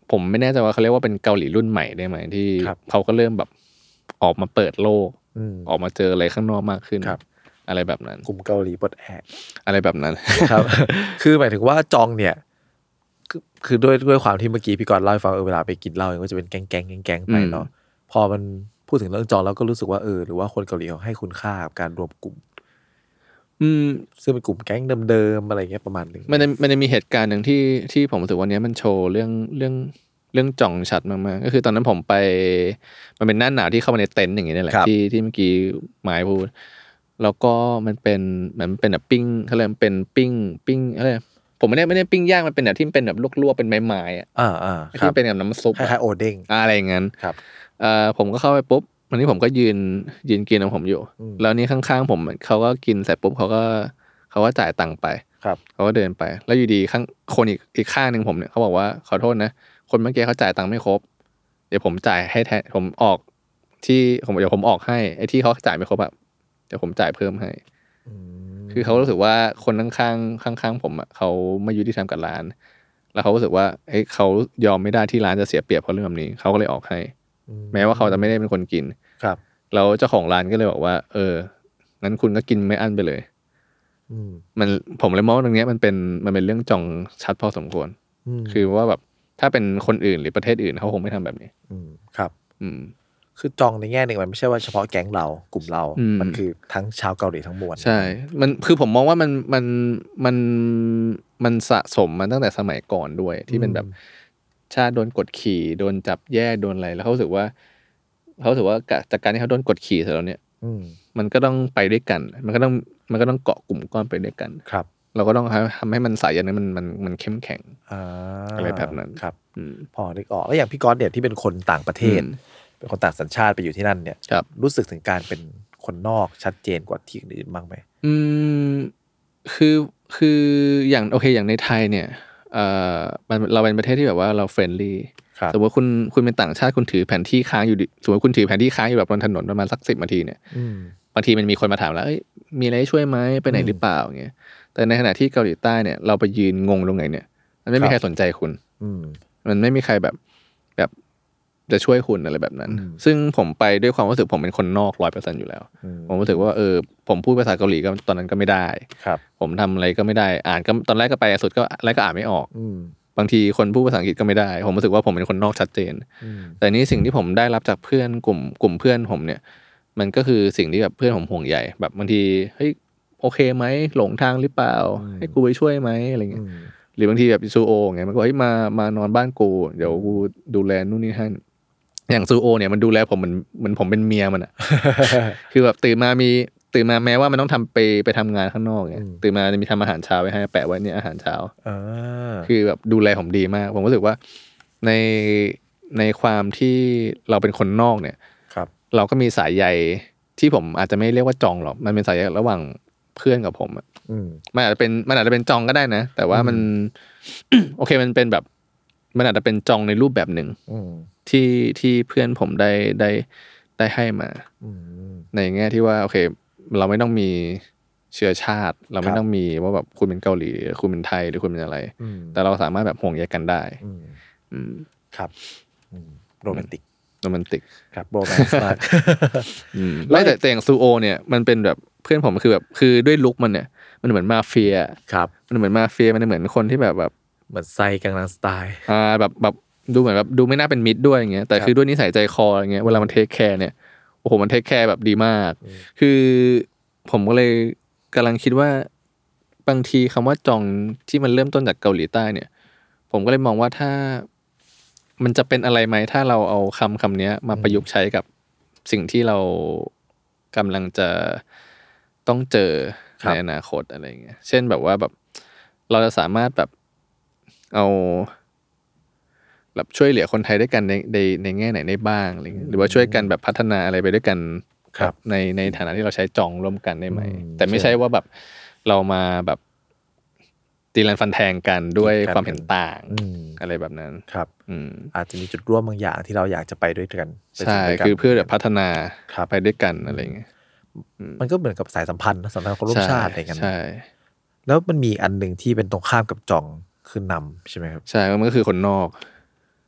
ผมไม่แน่ใจว่าเขาเรียกว่าเป็นเกาหลีรุ่นใหม่ได้ไหมที่เขาก็เริ่มแบบออกมาเปิดโลกออกมาเจออะไรข้างนอกมากขึ้นอะไรแบบนั้นกลุ่มเกาหลีปลดแอกอะไรแบบนั้นครับ คือหมายถึงว่าจองเนี่ยคือคือด้วยด้วยความที่เมื่อกี้พี่กรณ์เล่าให้ฟังเออเวลาไปกินเหล้าก็จะเป็นแก๊งแก๊งแก๊งไปเนาะพอมันพูดถึงเรื่องจองแล้วก็รู้สึกว่าเออหรือว่าคนเกาหลีเขาให้คุณค่ากับการรวมกลุ่มอืมซึ่งเป็นกลุ่มแก๊งเดิมๆอะไรเงี้ยประมาณนึงมันมันจะมีเหตุการณ์นึงที่ที่ผมรู้สึกว่านี้มันโชว์เรื่องเรื่องเรื่องจ่องชัดมากๆก็คือตอนนั้นผมไปมันเป็นหน้าหนาวที่เข้ามาในเต็นท์อย่างนี้นี่แหละที่ที่เมื่อกี้หมายพูดแล้วก็มันเป็นเหมือนเป็นแบบปิ้งเขาเรียกเป็นปิ้งปิ้งอะไรผมไม่ได้ไม่ได้ปิ้งย่างมันเป็นแบบที่เป็นแบบลวกๆเป็นไม้ๆอ่ะอ่าๆที่เป็นแบบน้ำซุปคล้ายๆโอเด้งอะไรอย่างงั้นครับเอ่อผมก็เข้าไปปุ๊บวันนี้ผมก็ยืนยืนกินของผมอยู่แล้วนี่ข้างๆผมเขาก็กินเสร็จปุ๊บเขาก็เขาก็จ่ายตังค์ไปเขาก็เดินไปแล้วอยู่ดีข้างคนอีกอีกข้างนึงผมเนี่ยเขาบอกว่าขอโทษนะคนเมื่อกี้เขาจ่ายตังค์ไม่ครบเดี๋ยวผมจ่ายให้แทนผมออกที่ผมเดี๋ยวผมออกให้ไอ้ที่เขาจ่ายไม่ครบอะเดี๋ยวผมจ่ายเพิ่มให้คือเขารู้สึกว่าคนข้างๆข้างๆผมอะเขาไม่ยุติธรรมกับร้านแล้วเขารู้สึกว่าเฮ้ยเขายอมไม่ได้ที่ร้านจะเสียเปรียบเพราะเรื่องแบบนี้เขาก็เลยออกให้แม้ว่าเขาจะไม่ได้เป็นคนกินครับแล้วเจ้าของร้านก็เลยบอกว่าเอองั้นคุณก็กินไม่อั้นไปเลยมันผมเลยมองว่าตรงนี้มันเป็นมันเป็นเรื่องจองชัดพอสมควรคือว่าแบบถ้าเป็นคนอื่นหรือประเทศอื่นเขาคงไม่ทำแบบนี้ครับอืมคือจองในแง่หนึ่งมันไม่ใช่ว่าเฉพาะแก๊งเรากลุ่มเรามันคือทั้งชาวเกาหลีทั้งมวลใช่มันคือผมมองว่ามันมันมันมันสะสมมาตั้งแต่สมัยก่อนด้วยที่เป็นแบบชาติโดนกดขี่โดนจับแยกโดนอะไรแล้วเขารู้สึกว่าเขารู้สึกว่าจากการที่เขาโดนกดขี่เสร็จแล้วเนี่ยมันก็ต้องไปด้วยกันมันก็ต้องมันก็ต้องเกาะกลุ่มก้อนไปด้วยกันครับเราก็ต้องทำให้มันสายอย่างนั้นมันมันมันเข้มแข็งอะไรแบบนั้นครับพอนึกออกแล้วอย่างพี่ก๊อตเนี่ยที่เป็นคนต่างประเทศเป็นคนต่างสัญชาติไปอยู่ที่นั่นเนี่ยรู้สึกถึงการเป็นคนนอกชัดเจนกว่าที่อื่นบ้างไหมอืมคือคืออย่างโอเคอย่างในไทยเนี่ยเอ่อมันเราเป็นประเทศที่แบบว่าเราเฟรนลี่สมมติคุณคุณเป็นต่างชาติคุณถือแผนที่ค้างอยู่สมมติคุณถือแผนที่ค้างอยู่แบบบนถนนประมาณสักสิบนาทีเนี่ยบางทีมันมีคนมาถามแล้วเอ้ยมีอะไรช่วยไหมไปไหนหรือเปล่าเงี้ยแต่ในขณะที่เกาหลีใต้เนี่ยเราไปยืนงงตรงไหนเนี่ยมันไม่มีใครสนใจคุณมันไม่มีใครแบบแบบจะช่วยคุณอะไรแบบนั้นซึ่งผมไปด้วยความรู้สึกผมเป็นคนนอก ร้อยเปอร์เซ็นต์ อยู่แล้วผมรู้สึกว่าเออผมพูดภาษาเกาหลีก็ตอนนั้นก็ไม่ได้ผมทำอะไรก็ไม่ได้อ่านก็ตอนแรกก็ไปสุดก็อะไรก็อ่านไม่ออกบางทีคนพูดภาษาอังกฤษก็ไม่ได้ผมรู้สึกว่าผมเป็นคนนอกชัดเจนแต่นี่สิ่งที่ผมได้รับจากเพื่อนกลุ่มกลุ่มเพื่อนผมเนี่ยมันก็คือสิ่งที่แบบเพื่อนผมห่วงใยแบบบางทีเฮ้ยโอเคไหมหลงทางหรือเปล่าให้กูไปช่วยไหมอะไรเงี้ยหรือบางทีแบบซูโอไงมันก็เฮ้ยมามานอนบ้านกูเดี๋ยวกูดูแลนู่นนี่ให้อย่างซูโอเนี่ยมันดูแลผมเหมือนเหมือนผมเป็นเมียมันอ่ะ คือแบบตื่นมามีตื่นมาแม้ว่ามันต้องทำไปไปทำงานข้างนอกไงตื่นมาจะมีทำอาหารเช้าไว้ให้แปะไว้เนี่ยอาหารเช้าคือแบบดูแลผมดีมากผมรู้สึกว่าในในความที่เราเป็นคนนอกเนี่ยเราก็มีสายใยที่ผมอาจจะไม่เรียกว่าจองหรอกมันเป็นสายใยระหว่างเพื่อนกับผมอ่ะมันอาจจะเป็นมันอาจจะเป็นจองก็ได้นะแต่ว่ามัน โอเคมันเป็นแบบมันอาจจะเป็นจองในรูปแบบหนึ่งที่ที่เพื่อนผมได้ได้ได้ให้มาในแง่ที่ว่าโอเคเราไม่ต้องมีเชื้อชาติเราไม่ต้องมีว่าแบบคุณเป็นเกาหลีหรือคุณเป็นไทยหรือคุณเป็นอะไรแต่เราสามารถแบบห่วงใยกันได้ครับโรแมนติกโรแมนติกครับโรแมนติกมากไม่แต่แต่อย่างซูโอเนี่ยมันเป็นแบบเพื่อนผมคือแบบคือด้วยลุคมันเนี่ยมันเหมือนมาเฟียครับมันเหมือนมาเฟียมันเหมือนคนที่แบบแบบเหมือนไซกังนังสไตล์อ่าแบบแบบดูเหมือนแบบดูไม่น่าเป็นมิตรด้วยอย่างเงี้ยแต่คือด้วยนิสัยใจคออะไรเงี้ยเวลามันเทคแคร์เนี่ยโอ้โหมันเทคแคร์แบบดีมากคือผมก็เลยกำลังคิดว่าบางทีคำว่าจองที่มันเริ่มต้นจากเกาหลีใต้เนี่ยผมก็เลยมองว่าถ้ามันจะเป็นอะไรไหมถ้าเราเอาคำคำนี้มาประยุกต์ใช้กับสิ่งที่เรากำลังจะต้องเจอในอนาคตอะไรเงี้ยเช่นแบบว่าแบบเราจะสามารถแบบเอาแบบช่วยเหลือคนไทยด้วยกันในในในแง่ไหนได้บ้างอะไรเงี้ยหรือว่าช่วยกันแบบพัฒนาอะไรไปด้วยกันในในฐานะที่เราใช้จองร่วมกันได้ไหมแต่ไม่ใช่ว่าแบบเรามาแบบตีรันฟันแทงกันด้วยความเห็นต่างอะไรแบบนั้นครับอาจจะมีจุดร่วมบางอย่างที่เราอยากจะไปด้วยกันใช่คือเพื่อแบบพัฒนาไปด้วยกันอะไรเงี้ยมันก็เหมือนกับสายสัมพันธ์สัมพันธ์ของร่วมชาติอะไรกันใช่แล้วมันมีอันหนึ่งที่เป็นตรงข้ามกับจองคือนำใช่ไหมครับใช่มันก็คือคนนอก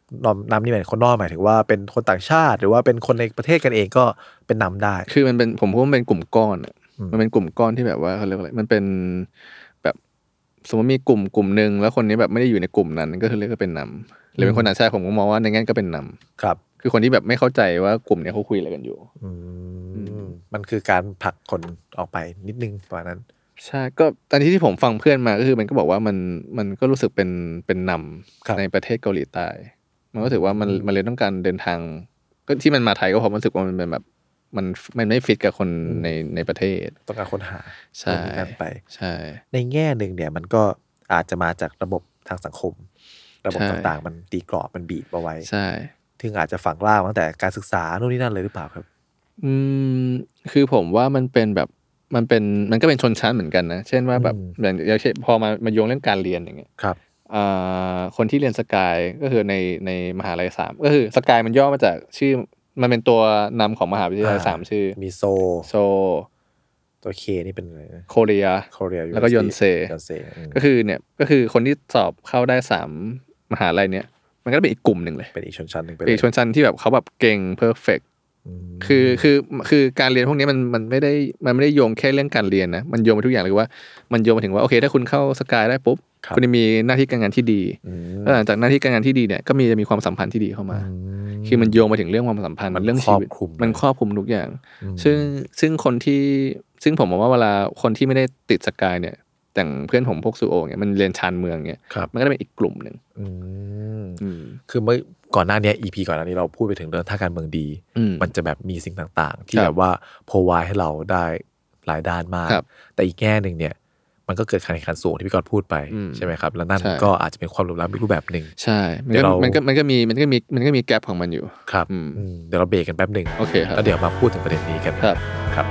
นำนี่หมายคนนอกหมายถึงว่าเป็นคนต่างชาติหรือว่าเป็นคนในประเทศกันเองก็เป็นนำได้คือมันเป็นผมพูดว่ามันเป็นกลุ่มก้อนมันเป็นกลุ่มก้อนที่แบบว่าเขาเรียกอะไรมันเป็นแบบสมมติมีกลุ่มกลุ่มนึงแล้วคนนี้แบบไม่ได้อยู่ในกลุ่มนั้นก็คือเรียกว่าเป็นนำหรือเป็นคนต่างชาติผมก็มองว่าในงั้นก็เป็นนำครับคือคนที่แบบไม่เข้าใจว่ากลุ่มนี้เขาคุยอะไรกันอยู่มันคือการผลักคนออกไปนิดนึงประมาณนั้นใช่ก็ตอนที่ที่ผมฟังเพื่อนมาก็คือมันก็บอกว่ามันมันก็รู้สึกเป็นเป็นนำในประเทศเกาหลีใต้มันก็ถือว่ามันมันเลยต้องการเดินทางก็ที่มันมาไทยก็เพราะมันรู้สึกว่ามันเป็นแบบมันมันไม่ฟิตกับคนในในประเทศต้องการค้นหาใช่ไปใช่ในแง่หนึ่งเนี่ยมันก็อาจจะมาจากระบบทางสังคมระบบต่างๆมันตีกรอบมันบีบเอาไว้ใช่ถึงอาจจะฝังรากตั้งแต่การศึกษาโน่นนี่นั่นเลยหรือเปล่าครับอืมคือผมว่ามันเป็นแบบมันเป็นมันก็เป็นชนชั้นเหมือนกันนะเช่นว่าแบบอย่างอย่างเช่นพอมามาโยงเรื่องการเรียนอย่างเงี้ยครับอ่าคนที่เรียนสกายก็คือในในมหาลัยสามก็คือสกายมันย่อมาจากชื่อมันเป็นตัวนำของมหาวิทยาลัยสามชื่อมีโซโซตัวเคนี่เป็นอะไรโคเรียโคเรียแล้วก็ยอนเซก็คือเนี่ยก็คือคนที่สอบเข้าได้สามมหาลัยเนี้ยมันก็เป็นอีกกลุ่มนึงเลยเป็นอีกชนชั้นนึงเป็นอีกชนชั้นที่แบบเขาแบบเก่งเพอร์เฟคคือคือคือการเรียนพวกนี้มันมันไม่ได้มันไม่ได้โยงแค่เรื่องการเรียนนะมันโยงไปทุกอย่างเลยว่ามันโยงไปถึงว่าโอเคถ้าคุณเข้าสกายได้ปุ๊บคุณจะมีหน้าที่การงานที่ดีแล้วหลังจากหน้าที่การงานที่ดีเนี่ยก็มีจะมีความสัมพันธ์ที่ดีเข้ามาคือมันโยงไปถึงเรื่องความสัมพันธ์เรื่องชีวิตมันครอบคลุมทุกอย่างซึ่งซึ่งคนที่ซึ่งผมมองว่าเวลาคนที่ไม่ได้ติดสกายเนี่ยแต่งเพื่อนผมพวกซูโอเนี่ยมันเรียนชานเมืองเนี่ยมันก็จะเป็นอีกกลุ่มนึงคือเมื่อก่อนหน้านี้ อี พี ก่อนหน้านี้เราพูดไปถึงเรื่องถ้าการเมืองดีมันจะแบบมีสิ่งต่างๆที่แบบว่าโพรไวด์ให้เราได้หลายด้านมากแต่อีกแง่นึงเนี่ยมันก็เกิดการแข่งขันสูงที่พี่กอล์ฟพูดไปใช่ไหมครับแล้วนั่นก็อาจจะเป็นความเหลื่อมล้ำอีกรูปแบบนึงใช่มันก็มันก็มันก็มีมันก็มีมันก็มีแกปของมันอยู่ครับเดี๋ยวเราเบรกกันแป๊บนึงโอเคครับแล้วเดี๋ยวมาพูดถึงประเด็นนี้กันครับครับ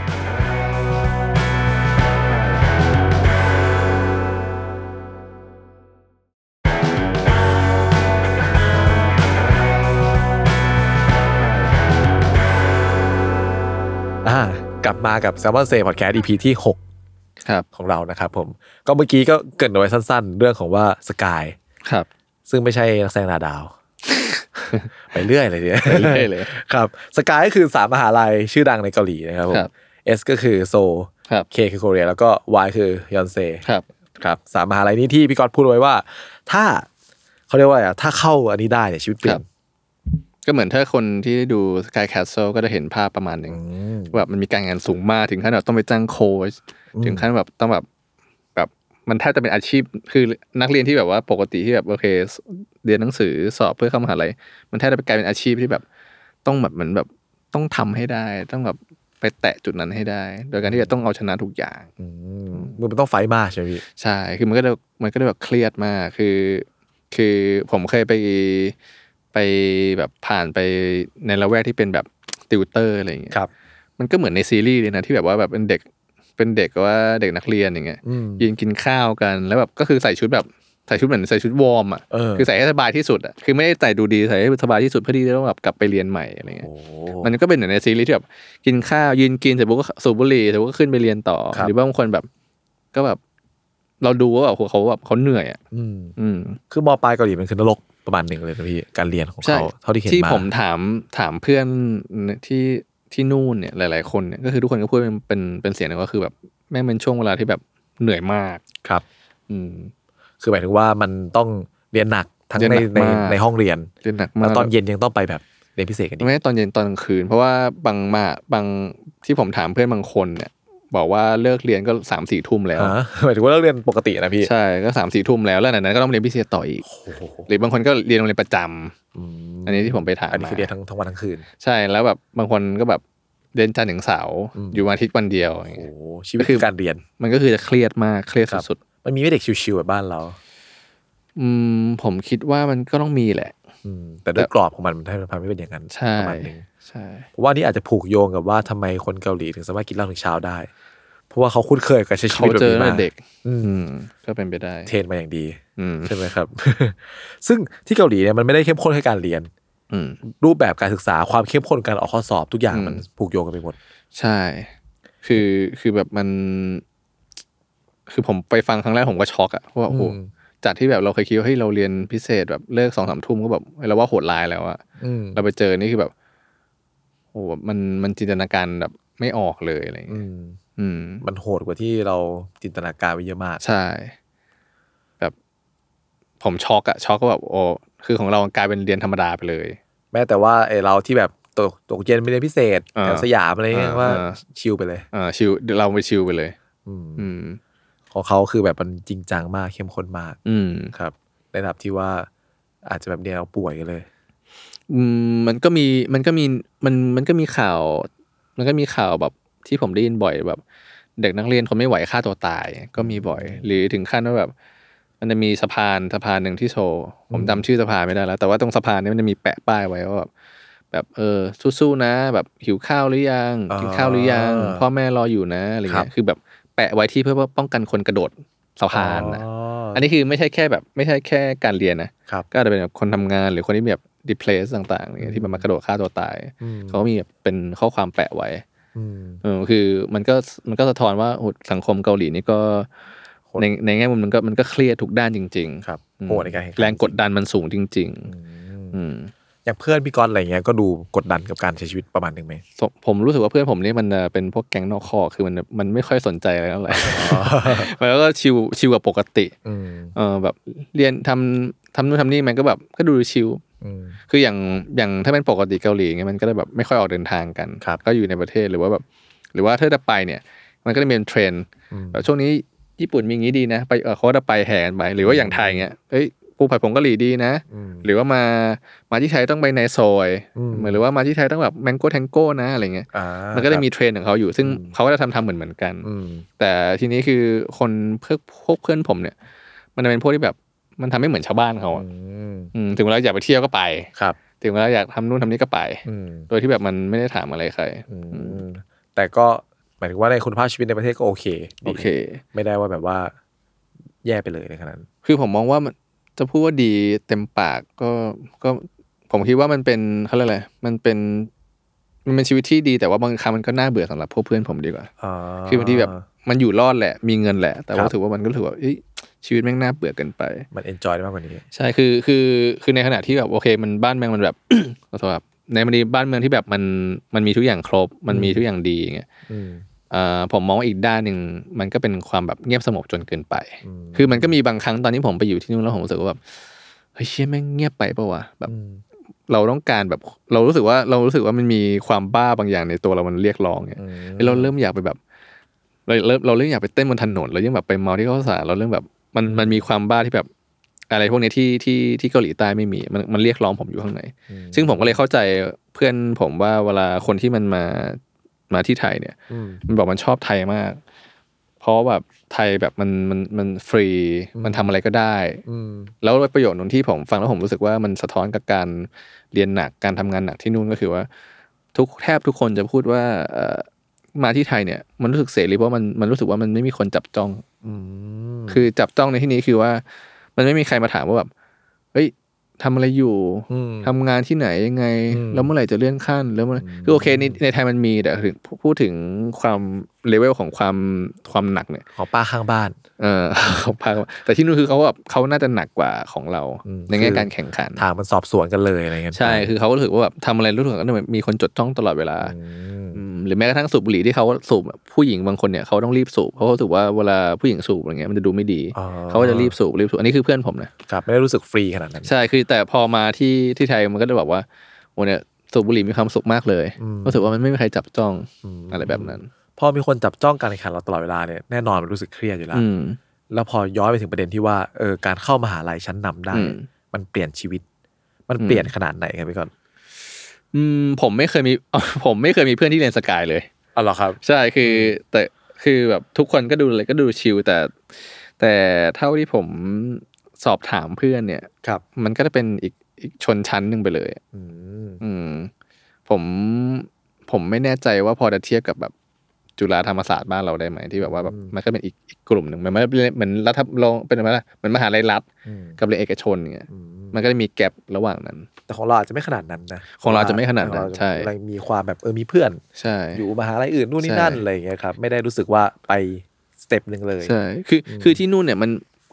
กลับมากับ Salmon Say Podcast อี พี ที่หกครับของเรานะครับผมก็เมื่อกี้ก็เกริ่นเอาไว้สั้นๆเรื่องของว่าสกายครับซึ่งไม่ใช่นักแสดงนาดาว ไปเรื่อยเลยเนี่ยไปเรื่อยเลยครับสกายก็คือสามมหาลัยชื่อดังในเกาหลีนะครับผม S ก็คือโซ K คือโคเรียแล้วก็ Y คือยอนเซครับครับสามมหาลัยนี้ที่พี่ก๊อตพูดไว้ว่าถ้าเขาเรียกว่าอะไรถ้าเข้าอันนี้ได้เนี่ยชีวิตเปลี่ยนก็เหมือนถ้าคนที่ดู Sky Castle ก็จะเห็นภาพประมาณนึงแบบมันมีการงานสูงมากถึงขั้นแบบต้องไปจ้างโค้ชถึงขั้นแบบต้องแบบแบบมันแทบจะเป็นอาชีพคือนักเรียนที่แบบว่าปกติที่แบบโอเคเรียนหนังสือสอบเพื่อเข้ามหาลัยมันแทบจะกลายเป็นอาชีพที่แบบต้องแบบเหมือนแบบต้องทำให้ได้ต้องแบบไปแตะจุดนั้นให้ได้โดยการที่จะต้องเอาชนะทุกอย่างมันต้องไฟมากใช่ไหมพี่ใช่คือมันก็จะมันก็จะแบบเครียดมากคือคือผมเคยไปไปแบบผ่านไปในละแวกที่เป็นแบบติวเตอร์อะไรอย่างเงี้ยครับมันก็เหมือนในซีรีส์เลยนะที่แบบว่าแบบเป็นเด็กเป็นเด็กว่าเด็กนักเรียนอย่างเงี้ยยืนกินข้าวกันแล้วแบบก็คือใส่ชุดแบบใส่ชุดเหมือนใส่ชุดวอร์มอ่ะคือใส่ให้สบายที่สุดอ่ะคือไม่ได้ใส่ดูดีใส่ให้สบายที่สุดเพื่อที่จะต้องแบบกลับไปเรียนใหม่อะไรเงี้ยมันก็เป็นเหมือนในซีรีส์ที่แบบกินข้าวยืนกินเสร็จปุ๊บก็สูบบุหรี่เสร็จปุ๊บก็ขึ้นไปเรียนต่อหรือว่าบางคนแบบก็แบบเราดูว่าแบบเขาแบบเขาเหนื่อยอ่ะอืมคือม.ปลายเกาหลีมันคือนรกประมาณนึงเลยนะพี่การเรียนของเขาเท่าที่เห็นมาที่ผมถามถามเพื่อนที่ที่นู่นเนี่ยหลายๆคนเนี่ยก็คือทุกคนก็พูดเป็นเป็นเป็นเสียงนึงก็คือแบบแม่งเป็นช่วงเวลาที่แบบเหนื่อยมากครับอืมคือหมายถึงว่ามันต้องเรียนหนักทั้งในในในห้องเรียนเรียนหนักมากแล้วตอนเย็นยังต้องไปแบบเรียนพิเศษกันอีกไม่ตอนเย็นตอนกลางคืนเพราะว่าบางมาบางที่ผมถามเพื่อนบางคนเนี่ยบอกว่าเลิกเรียนก็ สามสี่ ทุ่มแล้วหมายถึงว่าเลิกเรียนปกตินะพี่ใช่ก็ สามสี่ ทุ่มแล้วแล้วหลังนั้นก็ต้องเรียนพิเศษต่ออีกหรือบางคนก็เรียนโรงเรียนประจำอันนี้ที่ผมไปถามอันนี้คือเรียนทั้งทั้งวันทั้งคืนใช่แล้วแบบบางคนก็แบบเรียนจันทร์ถึงเสาร์อยู่วันอาทิตย์วันเดียวอย่างเงี้ยโอ้ชีวิตคือการเรียนมันก็คือจะเครียดมากเครียดสุดๆมันมีไม่เด็กชิวๆแบบบ้านเราอืมผมคิดว่ามันก็ต้องมีแหละแต่ด้วยกรอบของมันมันทำให้เป็นอย่างนั้นประมาณนึงใช่เพราะว่านี่อาจจะผูกโยงกับว่าทำไมคนเกาหลีถึงสามารถกินเหล้าถึงเช้าได้เพราะว่าเขาคุ้นเคยกับใช้ชีวิตแบบนี้มาเด็กก็เป็นไปได้เทรนมาอย่างดีใช่ไหมครับ ซึ่งที่เกาหลีเนี่ยมันไม่ได้เข้มข้นแค่การเรียนรูปแบบการศึกษาความเข้มข้นการออกข้อสอบทุกอย่างมันผูกโยงกันไปหมดใช่คือคือแบบมันคือผมไปฟังครั้งแรกผมก็ช็อกอะเพราะว่าโอ้โหจากที่แบบเราเคยคิดว่าเฮ้ยเราเรียนพิเศษแบบเลิก สองถึงสาม ทุ่มก็แบบเราว่าโหดร้ายแล้วอะเราไปเจอนี่คือแบบโอ้มันมันจินตนาการแบบไม่ออกเลยอะไรอย่างเงี้ยอืมมันโหดกว่าที่เราจินตนาการไว้เยอะมากใช่แบบผมช็อกอะช็อกก็แบบโอ้คือของเรากลายเป็นเรียนธรรมดาไปเลยแม้แต่ว่าไอเราที่แบบตกตกเย็นไปเรียนพิเศษแถวสยามอะไรเงี้ยว่าชิลไปเลยอ่าชิลเราไปชิลไปเลยอืมของเขาคือแบบมันจริงจังมากเข้มข้นมากอืมครับในระดับที่ว่าอาจจะแบบเดียวเราป่วยกันเลยอืมมันก็มีมันก็มีมันมันก็มีข่าวมันก็มีข่าวแบบที่ผมได้ยินบ่อยแบบเด็กนักเรียนคนไม่ไหวฆ่าตัวตายก็มีบ่อยหรือถึงขั้นว่าแบบมันจะมีสะพานสะพานหนึ่งที่โชว์ผมจำชื่อสะพานไม่ได้แล้วแต่ว่าตรงสะพานนี้มันจะมีแปะป้ายไว้ว่าแบบแบบเออสู้ๆนะแบบหิวข้าวหรือยังกินข้าวหรือยังพ่อแม่รออยู่นะอะไรเงี้ยคือแบบแปะไว้ที่เพื่อป้องกันคนกระโดดสะพานนะอันนี้คือไม่ใช่แค่แบบไม่ใช่แค่การเรียนนะก็อาจจะเป็นแบบคนทำงานหรือคนที่แบบ depressed ต่างๆอย่างเงี้ยที่มันมากระโดดฆ่าตัวตายเขาก็มีแบบเป็นข้อความแปะไว้เออคือมันก็มันก็สะท้อนว่าสังคมเกาหลีนี่ก็ในในแง่มุมมันก็มันก็เครียดทุกด้านจริงๆครับโหดในการแรงกดดันมันสูงจริงๆอืมอย่างเพื่อนพี่ก๊อตอะไรเงี้ยก็ดูกดดันกับการใช้ชีวิตประมาณนึงไหมผมรู้สึกว่าเพื่อนผมนี่มันเป็นพวกแก๊งนอกคอกคือมันมันไม่ค่อยสนใจอะไรเท่าไหร่แล้วก็ชิลชิลกว่าปกติเออแบบเรียนทำทำนู่นทำนี่มันก็แบบก็ดูชิลคืออย่างอย่างถ้าเป็นปกติเกาหลีเงี้ยมันก็จะแบบไม่ค่อยออกเดินทางกันก็อยู่ในประเทศหรือว่าแบบหรือว่าถ้าจะไปเนี่ยมันก็จะเป็นเทรนด์แบบช่วงนี้ญี่ปุ่นมีอย่างนี้ดีนะไปเออเขาจะไปแห่กันไปหรือว่าอย่างไทยเงี้ยเอ้ยปูผัดผงกะหรี่ดีนะหรือว่ามามาที่ไทยต้องไปในซอยเหมือนหรือว่ามาที่ไทยต้องแบบแมงโก้แทงโก้นะอะไรเงี้ยมันก็จะมีเทรนด์ของเขาอยู่ซึ่งเขาก็จะทำทำเหมือนเหมือนกันแต่ทีนี้คือคนเพื่อพวกเพื่อนผมเนี่ยมันจะเป็นพวกที่แบบมันทำไม่เหมือนชาวบ้านเขาถึงเวลาอยากไปเที่ยวก็ไปถึงเวลาอยากทำนู่นทำนี่ก็ไปโดยที่แบบมันไม่ได้ถามอะไรใครแต่ก็หมายถึงว่าในคุณภาพชีวิตในประเทศก็โอเคโอเคไม่ได้ว่าแบบว่าแย่ไปเลยในขนาดนั้นคือผมมองว่ามันจะพูดว่าดีเต็มปากก็ก็ผมคิดว่ามันเป็นเขาเรียกอะไรมันเป็นมันเป็นชีวิตที่ดีแต่ว่าบางครั้งมันก็น่าเบื่อสำหรับพวกเพื่อนผมดีกว่าคือบางทีแบบมันอยู่รอดแหละมีเงินแหละแต่ว่าถือว่ามันก็ถือว่าชีวิตแม่งน่าเบื่อเกินไปมันเอนจอยได้มากกว่านี้ใช่คือคือคือในขณะที่แบบโอเคมันบ้านเมืองมันแบบขอโทษครับในมันมีบ้านเมืองที่แบบมันมันมีทุกอย่างครบมันมีทุกอย่างดีอย่างเงี้ยผมมองว่าอีกด้านหนึ่งมันก็เป็นความแบบเงียบสงบจนเกินไปคือมันก็มีบางครั้งตอนที่ผมไปอยู่ที่นู่นแล้วผมรู้สึกว่าแบบเฮ้ยเชี่ยแม่งเงียบไปป่าววะแบบเราต้องการแบบเรารู้สึกว่าเรารู้สึกว่ามันมีความบ้าบางอย่างในตัวเรามันเรียกร้องเนี่ยเราเริ่มอยากไปแบบเราเริ่มเราเริ่มอยากไปเต้นบนถนนเรายังแบบไปเมาที่ข้าวสารเราเริ่มแบบมันมันมีความบ้าที่แบบอะไรพวกนี้ที่ที่ที่เกาหลีใต้ไม่มีมันมันเรียกร้องผมอยู่ข้างในซึ่งผมก็เลยเข้าใจเพื่อนผมว่าเวลาคนที่มันมามาที่ไทยเนี่ยมันบอกมันชอบไทยมากเพราะแบบไทยแบบมันมันมันฟรีมันทำอะไรก็ได้แล้วประโยชน์นึงที่ผมฟังแล้วผมรู้สึกว่ามันสะท้อนกับการเรียนหนักการทำงานหนักที่นู่นก็คือว่าทุกแทบทุกคนจะพูดว่ามาที่ไทยเนี่ยมันรู้สึกเสรีเพราะมันมันรู้สึกว่ามันไม่มีคนจับจ้องคือจับจ้องในที่นี้คือว่ามันไม่มีใครมาถามว่าแบบเฮ้ยทำอะไรอยู่ทำงานที่ไหนยังไงแล้วเมื่อไหร่จะเลื่อนขั้นแล้วมันคือโอเคในในไทยมันมีแต่ถึงพูดถึงความเลเวลของความความหนักเนี่ยของป้าข้างบ้านเออของป้าแต่ที่นู่นคือเขาแบบเขาน่าจะหนักกว่าของเราในแง่การแข่งขันทางมันสอบสวนกันเลยอะไรเงี้ยใช่คือเขาก็รู้สึกว่าแบบทำอะไรรู้สึกว่ามีคนจดจ้องตลอดเวลาหรือแม้กระทั่งสูบบุหรี่ที่เขาสูบผู้หญิงบางคนเนี่ยเขาต้องรีบสูบเพราะเขาถือว่าเวลาผู้หญิงสูบอะไรเงี้ยมันจะดูไม่ดีเขาก็จะรีบสูบรีบสูบอันนี้คือเพื่อนผมนะครับไม่ได้รู้สึกฟรีขนาดนั้นใช่คือแต่พอมาที่ที่ไทยมันก็จะบอกว่าโอ้เนี่ยสูบบุหรี่มีความสุขมากเลยรู้สึกว่ามันไม่มีใครจับจ้องอะไรแบบนั้นพอมีคนจับจ้องการแข่งขันเราตลอดเวลาเนี่ยแน่นอนมันรู้สึกเครียดอยู่แล้วแล้วพอย้อนไปถึงประเด็นที่ว่าเออการเข้ามหาลัยชั้นนำได้มันเปลี่ยนชีวิตมันเปลี่ยนขนาดไหนครับพี่ก่อนอืมผมไม่เคยมีผมไม่เคยมีเพื่อนที่เรียนสกายเลยอ๋อเหรอครับใช่คือแต่คือแบบทุกคนก็ดูอะไรก็ดูชิลแต่แต่เท่าที่ผมสอบถามเพื่อนเนี่ยครับมันก็จะเป็นอีกอีกชนชั้นนึงไปเลยอืมอืมผมผมไม่แน่ใจว่าพอจะเทียบกับแบบจุฬาธรรมศาสตร์บ้านเราได้ไหมที่แบบว่าแบบมันก็เป็นอีกอีกกลุ่มหนึ่งมันไม่เหมือนรัฐลงเป็นอะไรนะเหมือนมหาลัยรัฐกับเรียนเอกชนเงี้ยมันก็จะมีแกประหว่างนั้นแต่ของเราอาจจะไม่ขนาดนั้นนะของเราจะไม่ขนาดนั้นใช่เรามีความแบบเออมีเพื่อนใช่อยู่มหาลัยอื่นนู่นนี่นั่นอะไรอย่างเงี้ยครับไม่ได้รู้สึกว่าไปสเต็ปนึงเลยใช่คือคือที่นู่นเนี่ยมัน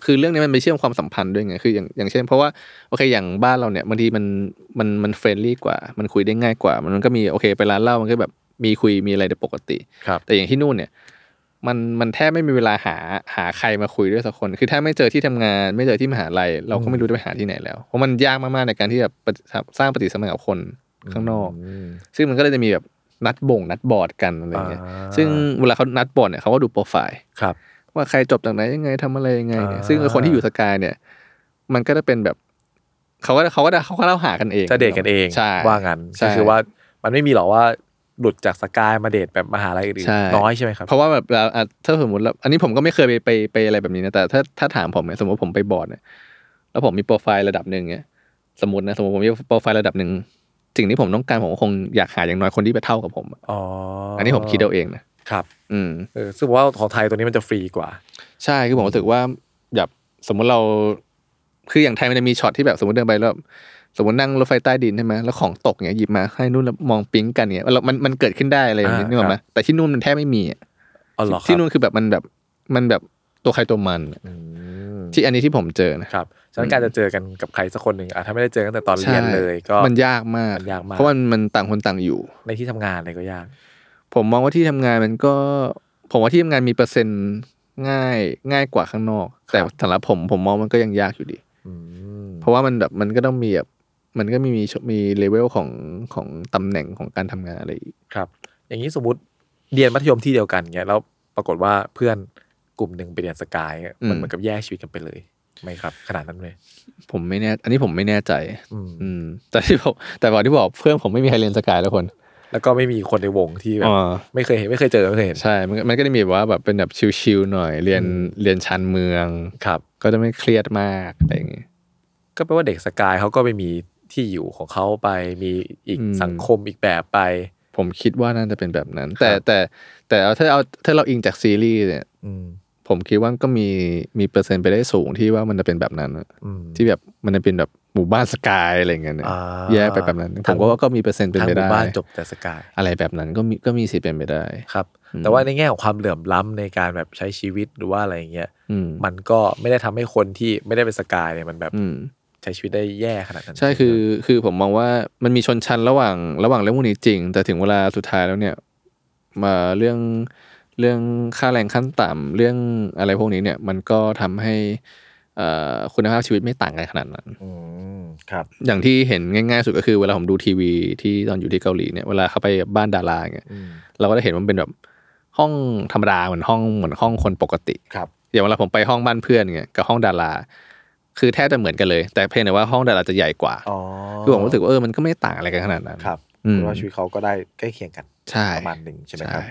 คือเรื่องนี้มันไปเชื่อมความสัมพันธ์ด้วยไงคืออย่างอย่างเช่นเพราะว่าโอเคอย่างบ้านเราเนี่ยบางทีมันมันมันเฟรนลี่กว่ามันคุยได้ง่ายกว่ามันก็มีโอเคไปร้านเหล้ามันก็แบบมีคุยมีอะไรได้ปกติแต่อย่างที่นู่นเนี่ยมันมันแทบไม่มีเวลาหาหาใครมาคุยด้วยสักคนคือถ้าไม่เจอที่ทำงานไม่เจอที่มหาลัยเราก็ไม่รู้จะไปหาที่ไหนแล้วเพราะมันยากมากๆในการที่จะสร้างปฏิสัมพันธ์กับคนข้างนอกซึ่งมันก็เลยจะมีแบบนัดบ่งนัดบอร์ดกันอะไรเงี้ยซึ่งเวลาเขานัดบอร์ดเนี่ยเขาก็ดูโปรไฟล์ว่าใครจบจากไหนยังไงทำอะไรยังไงเนี่ยซึ่งคนที่อยู่สกายเนี่ยมันก็จะเป็นแบบเขาก็เขาก็เขาก็เล่าหากันเองจะเดทกันเองว่างั้นก็คือว่ามันไม่มีหรอกว่าหลุดจากสกายมาเดทแบบมหาลัยอื่นน้อยใช่ไหมครับเพราะว่าแบบถ้าสมมติแล้วอันนี้ผมก็ไม่เคยไปไปไปอะไรแบบนี้นะแต่ถ้าถ้าถามผมเนี่ยสมมติผมไปบอร์ดเนี่ยแล้วผมมีโปรไฟล์ระดับนึงเนี่ยสมมตินะสมมติผมมีโปรไฟล์ระดับนึงสิ่งที่ผมต้องการผมคงอยากหาอย่างน้อยคนที่ไปเท่ากับผมอ๋ออันนี้ผมคิดเอาเองนะครับอืมเออซึ่งว่าของไทยตัวนี้มันจะฟรีกว่าใช่คือผมรู้สึกว่าแบบสมมติเราคืออย่างไทยมันจะมีช็อตที่แบบสมมติเดินไปแล้วสมมตินั่งรถไฟใต้ดินใช่ไหมแล้วของตกเงี้ยหยิบมาให้นู่นแล้วมองปิ๊งกันเงี้ยมันมันเกิดขึ้นได้อะไรอย่างนี้นึกออกไหมแต่ที่นู่นมันแทบไม่มีที่นู่นคือแบบมันแบบมันแบบตัวใครตัวมันที่อันนี้ที่ผมเจอนะครับฉะนั้นการจะเจอกันกับใครสักคนหนึ่งอ่ะถ้าไม่ได้เจอกันแต่ตอนเรียนเลยก็มันยากมากมันยากมากเพราะมันมันต่างคนต่างอยู่ในที่ทำงานอะไรก็ยากผมมองว่าที่ทำงานมันก็ผมว่าที่ทำงานมีเปอร์เซ็นต์ง่ายง่ายกว่าข้างนอกแต่สำหรับผมผมมองมันก็ยังยากอยู่ดีเพราะว่ามันแบบมันก็ต้องมีแบบมันก็มีมีมีเลเวลของของตำแหน่งของการทำงานอะไรอีกครับอย่างนี้สมมติเรียนมัธยมที่เดียวกันเงี้ยแล้วปรากฏว่าเพื่อนกลุ่มหนึ่งไปเรียนสกายมันเหมือนกับแยกชีวิตกันไปเลยไหมครับขนาดนั้นเลยผมไม่แน่อันนี้ผมไม่แน่ใจอืมแต่ที่ผมแต่ก่อนที่บอกเพื่อนผมไม่มีใครเรียนสกายแล้วคนแล้วก็ไม่มีคนในวงที่แบบไม่เคยเห็นไม่เคยเจอไม่เคยเห็นใช่มันมันก็จะมีแบบว่าแบบเป็นแบบชิลๆหน่อยเรียนเรียนชานเมืองครับก็จะไม่เครียดมากอะไรอย่างงี้ก็แปลว่าเด็กสกายเขาก็ไปมีที่อยู่ของเขาไปมีอีกสังคมอีกแบบไปผมคิดว่าน่าจะเป็นแบบนั้นแต่แต่แต่เอาถ้าเอาถ้าเราอิงจากซีรีส์เนี่ยผมคิดว่าก็มีมีเปอร์เซ็นต์ไปได้สูงที่ว่ามันจะเป็นแบบนั้นที่แบบมันจะเป็นแบบหมู่บ้านสกายอะไรเงี้ยแยกไปแบบนั้นผมก็ว่าก็มีเปอร์เซ็นต์เป็นไปได้หมู่บ้านจบแต่สกายอะไรแบบนั้นก็มีก็มีสิทธิ์เป็นไปได้ครับแต่ว่าในแง่ของความเหลื่อมล้ำในการแบบใช้ชีวิตหรือว่าอะไรเงี้ยมันก็ไม่ได้ทำให้คนที่ไม่ได้เป็นสกายเนี่ยมันแบบใช้ชีวิตได้แย่ขนาดนั้นใช่คือคือผมมองว่ามันมีชนชั้นระหว่างระหว่างเรื่องพวกนี้จริงแต่ถึงเวลาสุดท้ายแล้วเนี่ยมาเรื่องเรื่องค่าแรงขั้นต่ำเรื่องอะไรพวกนี้เนี่ยมันก็ทำให้คุณภาพชีวิตไม่ต่างกันขนาดนั้นครับอย่างที่เห็นง่ายๆสุดก็คือเวลาผมดูทีวีที่ตอนอยู่ที่เกาหลีเนี่ยเวลาเข้าไปบ้านดาราเงี้ยเราก็ได้เห็นว่ามันเป็นแบบห้องธรรมดาเหมือนห้องเหมือนห้องคนปกติครับอย่างเวลาผมไปห้องบ้านเพื่อนเงี้ยกับห้องดาราคือแทบจะเหมือนกันเลยแต่เพียงแต่ว่าห้องดาราจะใหญ่กว่าคือผมรู้สึกว่าเออมันก็ไม่ต่างอะไรกันขนาดนั้นครับเพราะว่าชีวิตเขาก็ได้ใกล้เคียงกันประมาณนึงใช่ไหมครับ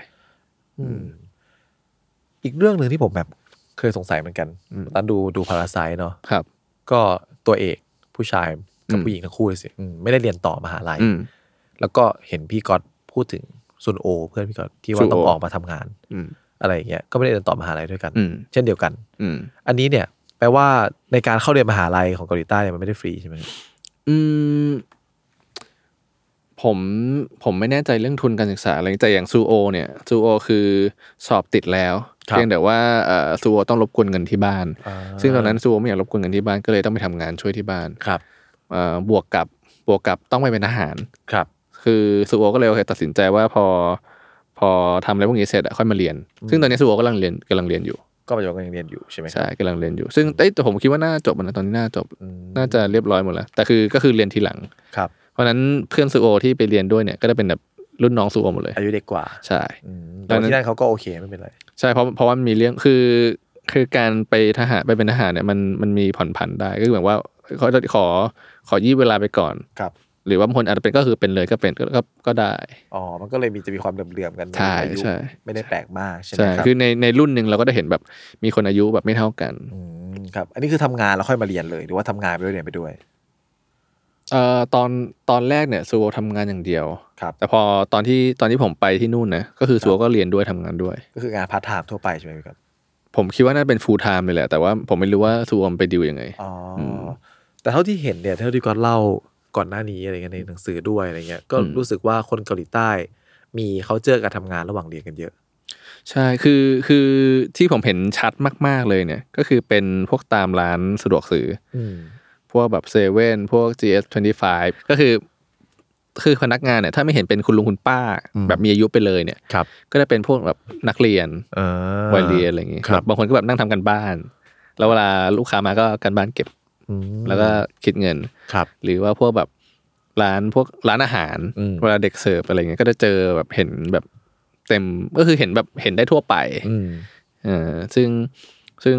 อีกเรื่องนึงที่ผมแบบเคยสงสัยเหมือนกันตอนดูดูพาราไซต์เนาะครับก็ตัวเอกผู้ชายกับผู้หญิงทั้งคู่เลยสิไม่ได้เรียนต่อมหาลัยแล้วก็เห็นพี่ก๊อตพูดถึงซุนโอเพื่อนพี่ก๊อตที่ว่าต้องออกมาทำงานอะไรอย่างเงี้ยก็ไม่ได้เรียนต่อมหาลัยด้วยกันเช่นเดียวกันอันนี้เนี่ยแปลว่าในการเข้าเรียนมหาลัยของเกาหลีใต้เนี่ยมันไม่ได้ฟรีใช่ไหมอืมผมผมไม่แน่ใจเรื่องทุนการศึกษาอะไรแต่อย่างซูโอเนี่ยซูโอคือสอบติดแล้วเพียงแต่ว่าเอ่อซูโอต้องรบกวนเงินที่บ้านซึ่งตอนนั้นซูโอไม่อยากรบกวนเงินที่บ้านก็เลยต้องไปทำงานช่วยที่บ้านครับเอ่อบวกกับบวกกับต้องไปเป็นทหารครับคือซูโอก็เลยโอเคตัดสินใจว่าพอพอทำอะไรพวกนี้เสร็จค่อยมาเรียนซึ่งตอนนี้ซูโอกำลังเรียนกำลังเรียนอยู่ก็ปัจจุบันก็ยังเรียนอยู่ใช่ไหมใช่กำลังเรียนอยู่ซึ่งแต่ผมคิดว่าน่าจบนะตอนนี้น่าจบน่าจะเรียบร้อยหมดแล้วแต่คือก็คือเรียนทีหลังครับเพราะนั้นเพื่อนซูโอที่ไปเรียนด้วยเนี่ยก็จะเป็นแบบรุ่นน้องซูโอหมดเลยอายุเด็กกว่าใช่ตอนที่นั่นเขาก็โอเคไม่เป็นไรใช่เพราะเพราะว่ามีเรื่องคือคือการไปทหารไปเป็นทหารเนี่ยมันมันมีผ่อนผันได้ก็คือแบบว่าเขาจะขอขอยืดเวลาไปก่อนครับหรือว่าบางคนอาจจะเป็นก็คือเป็นเลยก็เป็นก็ก็ก็ได้อ๋อมันก็เลยมีจะมีความเหลื่อมๆกันใช่ใช่ไม่ได้แปลกมากใช่ไหมครับคือในในรุ่นนึงเราก็ได้เห็นแบบมีคนอายุแบบไม่เท่ากันครับอันนี้คือทำงานแล้วค่อยมาเรียนเลยหรือว่าทำงานไปด้วยเรียนไปด้วยเอ่อตอนตอนแรกเนี่ยซูโอทำงานอย่างเดียวครับแต่พอตอนที่ตอนที่ผมไปที่นู่นนะก็คือซูโอก็เรียนด้วยทำงานด้วยก็คืองานพาร์ทไทม์ทั่วไปใช่ไหมครับผมคิดว่าน่าเป็นฟูลไทม์เลยแหละแต่ว่าผมไม่รู้ว่าซูโอไปดิวยังไงอ๋อแต่เท่าที่เห็นเนี่ยเท่าที่ก่อนเล่าก่อนหน้านี้อะไรเงี้ยในหนังสือด้วยอะไรเงี้ยก็รู้สึกว่าคนเกาหลีใต้มีเขาเจอการทำงานระหว่างเรียนกันเยอะใช่คือคือที่ผมเห็นชัดมากๆเลยเนี่ยก็คือเป็นพวกตามร้านสะดวกซื้อพวกแบบเซเว่นพวก จี เอส ยี่สิบห้าก็คือคือพนักงานเนี่ยถ้าไม่เห็นเป็นคุณลุงคุณป้าแบบมีอายุไปเลยเนี่ยก็จะเป็นพวกแบบนักเรียนวัยเรียนอะไรอย่างงี้บางคนก็แบบนั่งทำกันบ้านแล้วเวลาลูกค้ามาก็กันบ้านเก็บแล้วก็คิดเงินหรือว่าพวกแบบร้านพวกร้านอาหารเวลาเด็กเสิร์ฟอะไรเงี้ยก็จะเจอแบบเห็นแบบเต็มก็คือเห็นแบบเห็นได้ทั่วไปเออซึ่งซึ่ง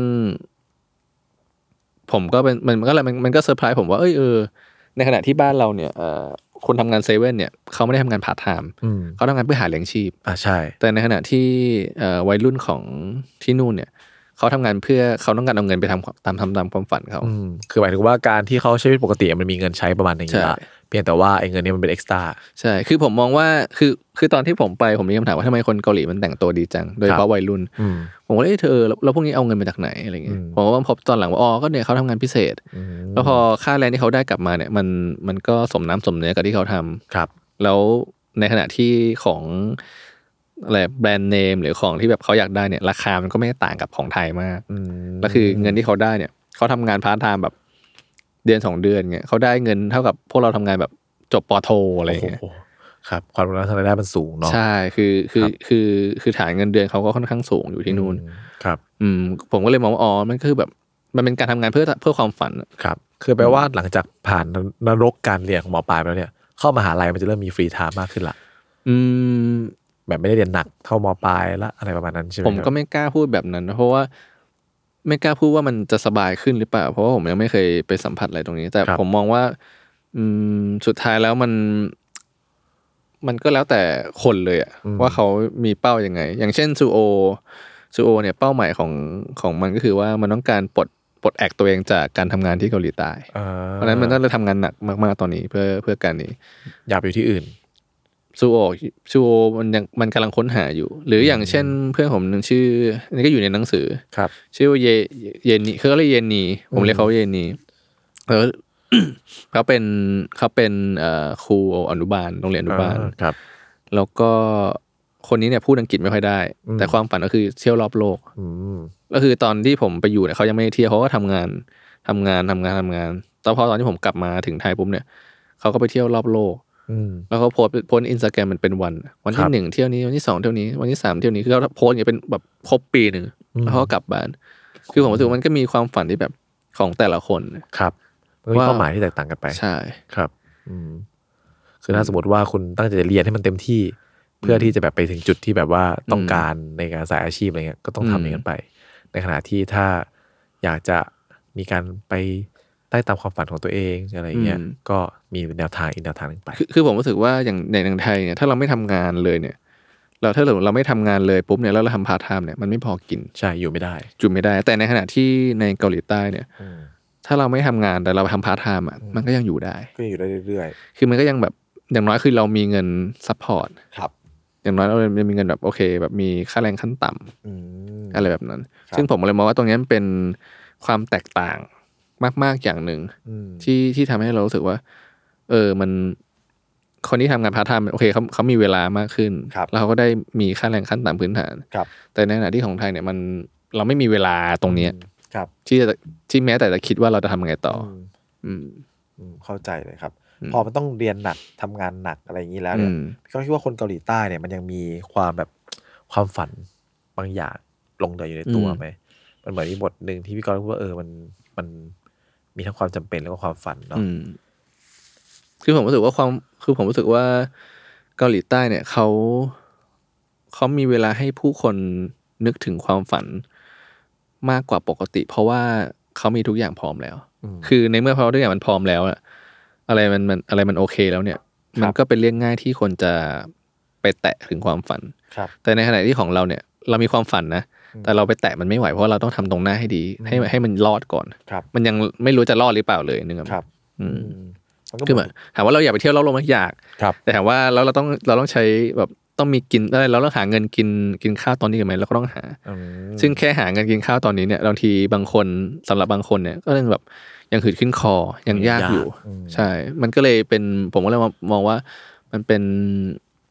ผมก็เป็นมันก็เลยมันมันก็เซอร์ไพรส์ผมว่าเอ้ยเออในขณะที่บ้านเราเนี่ยเอ่อคนทำงานเซเว่นเนี่ยเขาไม่ได้ทำงานพาร์ทไทม์เขาทำงานเพื่อหาเลี้ยงชีพอ่าใช่แต่ในขณะที่เอ่อวัยรุ่นของที่นู่นเนี่ยเขาทำงานเพื่อเขาต้องการเอาเงินไปทำตามทำตามความฝันเขาคือหมายถึงว่าการที่เขาใช้ชีวิตปกติมันมีเงินใช้ประมาณนึงอยู่แล้วเพียงแต่ว่าไอ้เงินนี้มันเป็นเอ็กซ์ตร้าใช่คือผมมองว่าคือคือตอนที่ผมไปผมมีคำถามว่าทำไมคนเกาหลีมันแต่งตัวดีจังโดยเฉพาะวัยรุ่นผมว่าเอ้ยเธอแล้วพวกนี้เอาเงินมาจากไหนอะไรเงี้ยผมว่าพบตอนหลังว่าอ๋อก็เนี่ยเขาทำงานพิเศษแล้วพอค่าแรงที่เขาได้กลับมาเนี่ยมันมันก็สมน้ำสมเนื้อกับที่เขาทำครับแล้วในขณะที่ของอะไรแบรนด์เนมหรือของที่แบบเขาอยากได้เนี่ยราคามันก็ไม่ต่างกับของไทยมากแล้วคือเงินที่เขาได้เนี่ยเขาทำงานพาร์ทไทม์แบบเดือนสองเดือนเงี้ยเขาได้เงินเท่ากับพวกเราทำงานแบบจบป.โทอะไรเงี้ยครับความรู้ทางรายได้มันสูงเนาะใช่คือคือคือคือฐานเงินเดือนเขาก็ค่อนข้างสูงอยู่ที่นู่นครับอืมผมก็เลยมองว่าอ๋อมันคือแบบมันเป็นการทำงานเพื่อเพื่อความฝันครับคือแปลว่าหลังจากผ่านนรกการเรียนของหมอปลายไปแล้วเนี่ยเข้ามหาลัยมันจะเริ่มมีฟรีไทม์มากขึ้นละอืมแบบไม่ได้เรียนหนักเท่ามปลายละอะไรประมาณนั้นใช่ไหมผมก็ไม่กล้าพูดแบบนั้นเพราะว่าไม่กล้าพูดว่ามันจะสบายขึ้นหรือเปล่าเพราะว่าผมยังไม่เคยไปสัมผัสอะไรตรงนี้แต่ผมมองว่าอืมสุดท้ายแล้วมันมันก็แล้วแต่คนเลยอะว่าเขามีเป้ายังไงอย่างเช่นซูโอซูโอเนี่ยเป้าหมายของของมันก็คือว่ามันต้องการปลดปลดแอกตัวเองจากการทำงานที่เกาหลีใต้เพราะฉะนั้นมันต้องเลยทำงานหนักมากๆตอนนี้เพื่อเพื่อการนี้อยากไปอยู่ที่อื่นซูโอซูโอมันยังมันกำลังค้นหาอยู่หรืออย่างเช่นเพื่อนผมนึงชื่ออันนี้ก็อยู่ในหนังสือครับชื่อว่าเยเยนีเขาเรียกเยนีผมเรียกเขาเยนีเออ เขาเป็นเขาเป็นเอ่อครูอนุบาลโรงเรียนอนุบาลครับแล้วก็คนนี้เนี่ยพูดอังกฤษไม่ค่อยได้แต่ความฝันก็คือเที่ยวรอบโลกก็คือตอนที่ผมไปอยู่เนี่ยเขายังไม่เที่ยวเขาก็ทำงานทำงานทำงานทำงานแต่พอตอนที่ผมกลับมาถึงไทยปุ๊บเนี่ยเขาก็ไปเที่ยวรอบโลกแล้วเขาโพสโพสอินสตาแกรมมันเป็นวันวันที่หนึ่งเที่ยวนี้วันที่สองเที่ยวนี้วันที่สามเที่ยวนี้คือเขาโพสอย่างเป็นแบบครบปีหนึ่งแล้วเขาก็กลับบ้านคือผมรู้สึกมันก็มีความฝันที่แบบของแต่ละคนครับมีเป้าหมายที่แตกต่างกันไปใช่ครับอืมคือถ้าสมมติว่าคุณตั้งใจเรียนให้มันเต็มที่เพื่อที่จะแบบไปถึงจุดที่แบบว่าต้องการในการสายอาชีพอะไรเงี้ยก็ต้องทำอย่างนั้นไปในขณะที่ถ้าอยากจะมีการไปได้ตามความฝันของตัวเองอะไรเงี้ยก็มีแนวทางอีกแนวทางนึงไปคือคือผมรู้สึกว่าอย่างในไทยเนี่ยถ้าเราไม่ทำงานเลยเนี่ยเราถ้าเราเราไม่ทำงานเลยปุ๊บเนี่ยแล้วเราทำพาร์ทไทม์เนี่ยมันไม่พอกินใช่อยู่ไม่ได้อยู่ไม่ได้แต่ในขณะที่ในเกาหลีใต้เนี่ยถ้าเราไม่ทำงานแต่เราทำพาร์ทไทม์อ่ะมันก็ยังอยู่ได้ก็อยู่ได้เรื่อยๆคือมันก็ยังแบบอย่างน้อยคือเรามีเงินซัพพอร์ตครับอย่างน้อยเรามีเงินแบบโอเคแบบมีค่าแรงขั้นต่ำอะไรแบบนั้นซึ่งผมเลยมองว่าตรงนี้เป็นความแตกต่างมากๆอย่างหนึ่งที่ที่ทำให้เรารู้สึกว่าเออมันคนที่ทำงานพาร์ทไทม์โอเคเขาเขามีเวลามากขึ้นแล้วเขาก็ได้มีค่าแรงขั้นต่ำพื้นฐานแต่ในขณะที่ของไทยเนี่ยมันเราไม่มีเวลาตรงนี้ที่จะที่แม้แต่จะคิดว่าเราจะทำไงต่ออืมเข้าใจเลยครับพอมันต้องเรียนหนักทำงานหนักอะไรอย่างนี้แล้วเนี่ยก็คิดว่าคนเกาหลีใต้เนี่ยมันยังมีความแบบความฝันบางอย่างลงเหลืออยู่ในตัวไหมมันเหมือนมีบทหนึ่งที่พี่กรณ์พูดว่าเออมันมันมีทั้งความจำเป็นแล้วก็ความฝันเนาะคือผมรู้สึกว่าความคือผมรู้สึกว่าเกาหลีใต้เนี่ยเขาเขามีเวลาให้ผู้คนนึกถึงความฝันมากกว่าปกติเพราะว่าเขามีทุกอย่างพร้อมแล้วคือในเมื่อเขาทุกอย่างมันพร้อมแล้วอะอะไรมันมันอะไรมันโอเคแล้วเนี่ยมันก็เป็นเรื่องง่ายที่คนจะไปแตะถึงความฝันแต่ในขณะที่ของเราเนี่ยเรามีความฝันนะแต่เราไปแตะมันไม่ไหวเพราะเราต้องทำตรงหน้าให้ดีให้ให้มันรอดก่อนมันยังไม่รู้จะรอดหรือเปล่าเลยนึกออกครับคือเหมือนถามว่าเราอยากไปเที่ยวรอบโลกมั้ยอยากแต่ถามว่าแล้วเราต้องเราต้องใช้แบบต้องมีกินอะไรเราต้องหาเงินกินกินข้าวตอนนี้กันไหมเราก็ต้องหาซึ่งแค่หาเงินกินข้าวตอนนี้เนี่ยบางทีบางคนสำหรับบางคนเนี่ยก็ยังแบบยังหืดขึ้นคอยังยากอยู่ใช่มันก็เลยเป็นผมก็เลยมองว่ามันเป็น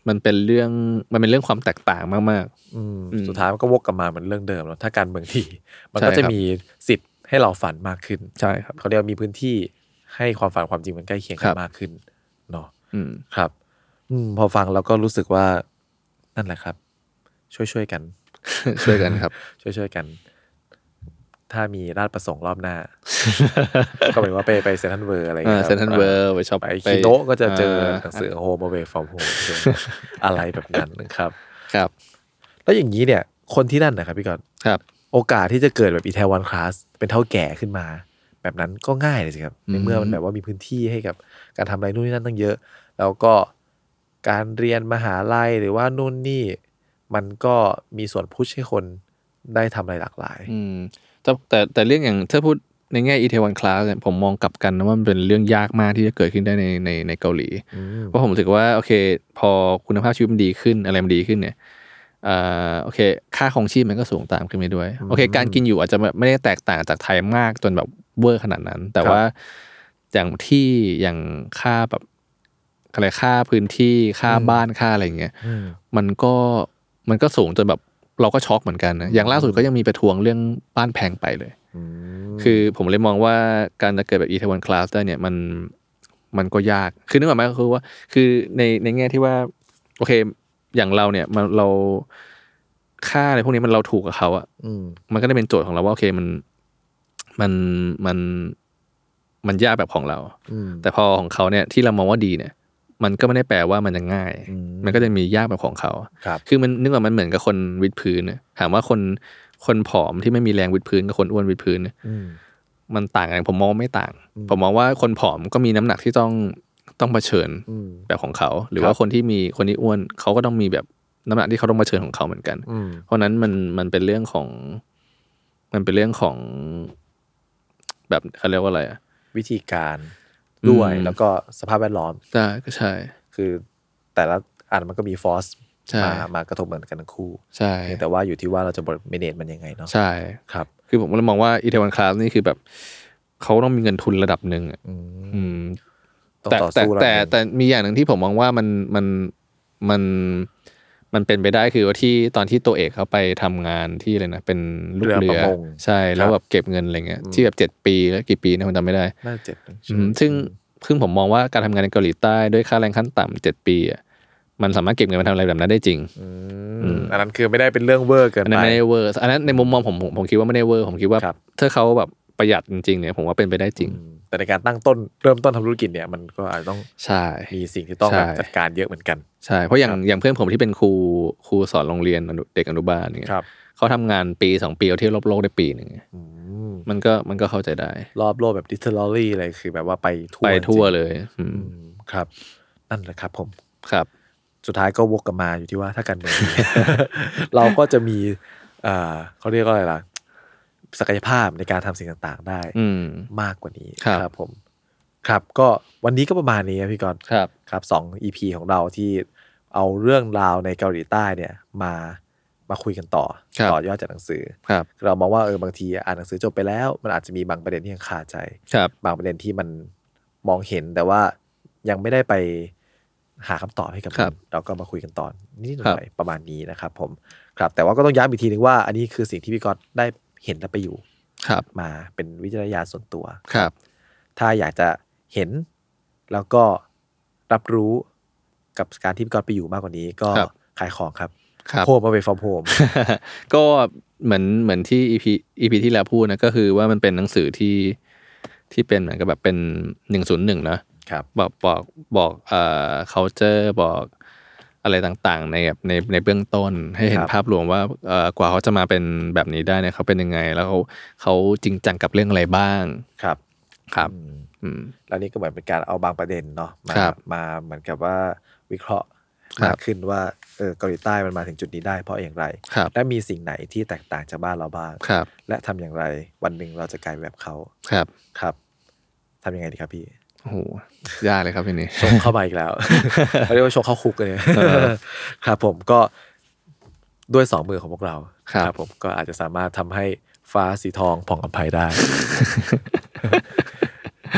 มันเป็นเรื่องมันเป็นเรื่องความแตกต่างมากๆอืมสุดท้ายมันก็วกกลับมาเหมือนเรื่องเดิมแล้วถ้าการเมืองที่มันก็จะมีสิทธิ์ให้เราฝันมากขึ้นใช่ครับเขาเรียกมีพื้นที่ให้ความฝันความจริงมันใกล้เคียงกันมากขึ้นเนาะครับอืมพอฟังแล้วก็รู้สึกว่านั่นแหละครับช่วยๆกันช่วยกันครับช่วยๆกันถ้ามีราชประสงค์รอบหน้าก็หมายว่าไปไปเซ็นทรัลเวิลด์อะไรอย่างเงี้ยเซ็นทรัลเวิลด์ไปช็อปไปคิโนะก็จะเจอหนังสือ Home Away from Home อะไรแบบนั้นนะครับครับแล้วอย่างนี้เนี่ยคนที่นั่นนะครับพี่กอนครับโอกาสที่จะเกิดแบบอีเทวอนคลาสเป็นเท่าแก่ขึ้นมาแบบนั้นก็ง่ายเลยสิครับในเมื่อมันแบบว่ามีพื้นที่ให้กับการทำอะไรนู่นนี่นั่นตั้งเยอะแล้วก็การเรียนมหาลัยหรือว่านู่นนี่มันก็มีส่วนพุชให้คนได้ทำอะไรหลากหลายอืมแต่แต่แต่เรื่องอย่างถ้าพูดในแง่อีเทวอนคลาสเนี่ยผมมองกลับกันนะว่ามันเป็นเรื่องยากมากที่จะเกิดขึ้นได้ในในในเกาหลีเพราะผมรู้สึกว่าโอเคพอคุณภาพชีวิตมันดีขึ้นอะไรมันดีขึ้นเนี่ยอ่าโอเคค่าครองชีพมันก็สูงตามขึ้นไปด้วยโอเคการกินอยู่อาจจะไม่ได้แตกต่างจากไทยมากจนแบบเวอร์ขนาดนั้นแต่ว่าอย่างที่อย่างค่าแบบอะไรค่าพื้นที่ค่าบ้านค่าอะไรเงี้ยมันก็มันก็สูงจนแบบเราก็ช็อกเหมือนกันนะอย่างล่าสุดก็ยังมีไปทวงเรื่องบ้านแพงไปเลยคือผมเลยมองว่าการจะเกิดแบบอีเทวอนคลาสได้เนี่ยมันมันก็ยากคือนึกออกไหมก็คือว่าคือในในแง่ที่ว่าโอเคอย่างเราเนี่ยมันเราค่าอะไรพวกนี้มันเราถูกกับเขาอ่ะมันก็ได้เป็นโจทย์ของเราว่าโอเคมันมันมันมันยากแบบของเราแต่พอของเขาเนี่ยที่เรามองว่าดีเนี่ยมันก็ไม่ได้แปลว่ามันจะง่ายมันก็จะมียากแบบของเขาคือมันนึกว่ามันเหมือนกับคนวิดพื้นนะถามว่าคนคนผอมที่ไม่มีแรงวิดพื้นกับคนอ้วนวิดพื้นมันต่างกันผมมองไม่ต่างผมมองว่าคนผอมก็มีน้ำหนักที่ต้องต้องเผชิญแบบของเขาหรือว่าคนที่มีคนที่อ้วนเขาก็ต้องมีแบบน้ำหนักที่เขาต้องเผชิญของเขาเหมือนกันเพราะนั้นมันมันเป็นเรื่องของมันเป็นเรื่องของแบบเขาเรียกว่าอะไรอะวิธีการด้วยแล้วก็สภาพแวดล้อมใช่ก็ใช่คือแต่ละอันมันก็มีฟอร์สมามากระทบเหมือนกันทั้งคู่ใช่แต่ว่าอยู่ที่ว่าเราจะบริเมเนจมันยังไงเนาะใช่ครับคือผมเลยมองว่าอีเทวอนคลาสนี่คือแบบเขาต้องมีเงินทุนระดับหนึ่งอืมแต่แต่แต่แต่มีอย่างหนึ่งที่ผมมองว่ามันมันมันมันเป็นไปได้คือว่าที่ตอนที่ตัวเอกเขาไปทำงานที่อะไรนะเป็นลูกเรือใช่แล้วแบบเก็บเงินอะไรเงี้ยที่แบบเจ็ดปีแล้วกี่ปีนะผมจำไม่ได้น่าเจ็ดซึ่งซึ่งผมมองว่าการทำงานในเกาหลีใต้ด้วยค่าแรงขั้นต่ำเจ็ดปีอ่ะมันสามารถเก็บเงินมาทำอะไรแบบนั้นได้จริงอันนั้นคือไม่ได้เป็นเรื่องเวอร์เกินไปอันนั้นไม่ได้เวอร์อันนั้นในมุมมองผมผมคิดว่าไม่ได้เวอร์ผมคิดว่าถ้าเขาแบบประหยัดจริงๆเนี่ยผมว่าเป็นไปได้จริงแต่ในการตั้งต้นเริ่มต้นทำธุรกิจเนี่ยมันก็อาจจะต้องใช่มีสิ่งที่ต้องจัดการเยอะเหมือนกันใช่เพราะอย่างอย่างเพื่อนผมที่เป็นครูครูสอนโรงเรียนเด็กอนุบาลเนี่ยเขาทำงานปีสองปีเอาเที่ยวรอบโลกได้ปีหนึ่งมันก็มันก็เข้าใจได้รอบโลกแบบดิจิทัลลี่อะไรคือแบบว่าไปทั่วไปทั่วเลยครับนั่นแหละครับผมครับสุดท้ายก็วกกลับมาอยู่ที่ว่าถ้าการเมืองเราก็จะมีเขาเรียกว่าอะไรล่ะศักยภาพในการทำสิ่งต่างๆได้มากกว่านี้ครับผมครับก็วันนี้ก็ประมาณนี้ครับพี่กรณ์ครับครับสอง อี พี ของเราที่เอาเรื่องราวในเกาหลีใต้เนี่ยมามาคุยกันต่อต่อยอดจากหนังสือเรามองว่าเออบางทีอ่านหนังสือจบไปแล้วมันอาจจะมีบางประเด็นที่ยังคาใจบางประเด็นที่มันมองเห็นแต่ว่ายังไม่ได้ไปหาคำตอบให้กับมันเราก็มาคุยกันตอนนิดหน่อยประมาณนี้นะครับผมครับแต่ว่าก็ต้องย้ำอีกทีนึงว่าอันนี้คือสิ่งที่พี่กรณ์ได้เห็นและไปอยู่มาเป็นวิจารณญาณส่วนตัวครับถ้าอยากจะเห็นแล้วก็รับรู้กับการที่พี่กรณ์ไปอยู่มากกว่านี้ก็ขายของครับโฮมเอาไปฟอร์มโฮมก็เหมือนเหมือนที่ อี พี อี พี ที่แล้วพูดนะก็คือว่ามันเป็นหนังสือที่ที่เป็นเหมือนกับแบบเป็นหนึ่งศูนย์หนึ่งนะครับบอกบอกบอกเอ่อ culture บอกอะไรต่างๆในแบบในในเบื้องต้นให้เห็นภาพรวมว่าเอ่อกว่าเขาจะมาเป็นแบบนี้ได้เนี่ยเขาเป็นยังไงแล้วเขาเขาจริงจังกับเรื่องอะไรบ้างครับครับอืมแล้วนี่ก็เหมือนเป็นการเอาบางประเด็นเนาะมามาเหมือนกับว่าวิเคราะห์มากขึ้นว่าเออเกาหลีใต้มันมาถึงจุดนี้ได้เพราะอย่างไรและมีสิ่งไหนที่แตกต่างจากบ้านเราบ้างและทำอย่างไรวันหนึ่งเราจะกลายแบบเขาครับครับทำยังไงดีครับพี่โอ้โหยากเลยครับพี่นี่ชงเข้ามาอีกแล้วเขาเรียกว่าชงเข้าคุกเลยครับผมก็ด้วยสองมือของพวกเราครับผมก็อาจจะสามารถทำให้ฟ้าสีทองผ่องอำไพได้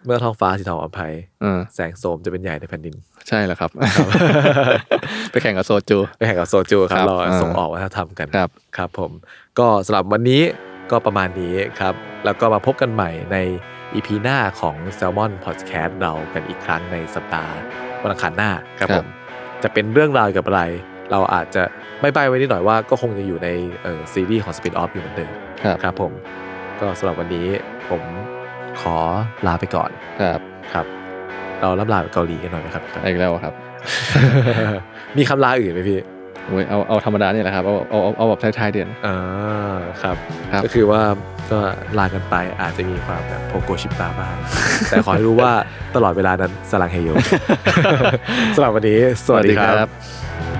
เมื่อท้องฟ้าสีทองอภัยเออแสงโสมจะเป็นใหญ่ในแผ่นดินใช่แล้วครับ ไปแข่งกับโซจูไปแข่งกับโซจูครับเราส่งออกวัฒนธรรมกันครับครับผมก็สำหรับวันนี้ก็ประมาณนี้ครับแล้วก็มาพบกันใหม่ใน อี พี หน้าของ Salmon Podcast เรากันอีกครั้งในสัปดาห์วันอังคารหน้าครับผมจะเป็นเรื่องราวกับอะไรเราอาจจะไม่ใบ้ไว้นิดหน่อยว่าก็คงจะอยู่ในเอ่อซีรีส์ของ Spin Off อยู่เหมือนเดิมครับผมก็สำหรับวันนี้ผมขอลาไปก่อนครับครับเราล่ำลาไปเกาหลีกันหน่อยไหมครับอีกแล้วครับมีคำลาอื่นไหมพี่โอ้ยเอาเอาธรรมดาเนี่ยแหละครับเอาเอาเอาแบบท้ายๆเดือนอ่าครับก็คือว่าก็ลากันไปอาจจะมีความแบบโพโกชิปตาบ้างแต่ขอให้รู้ว่าตลอดเวลานั้นสลังเฮโยสำหรับวันนี้สวัสดีครับ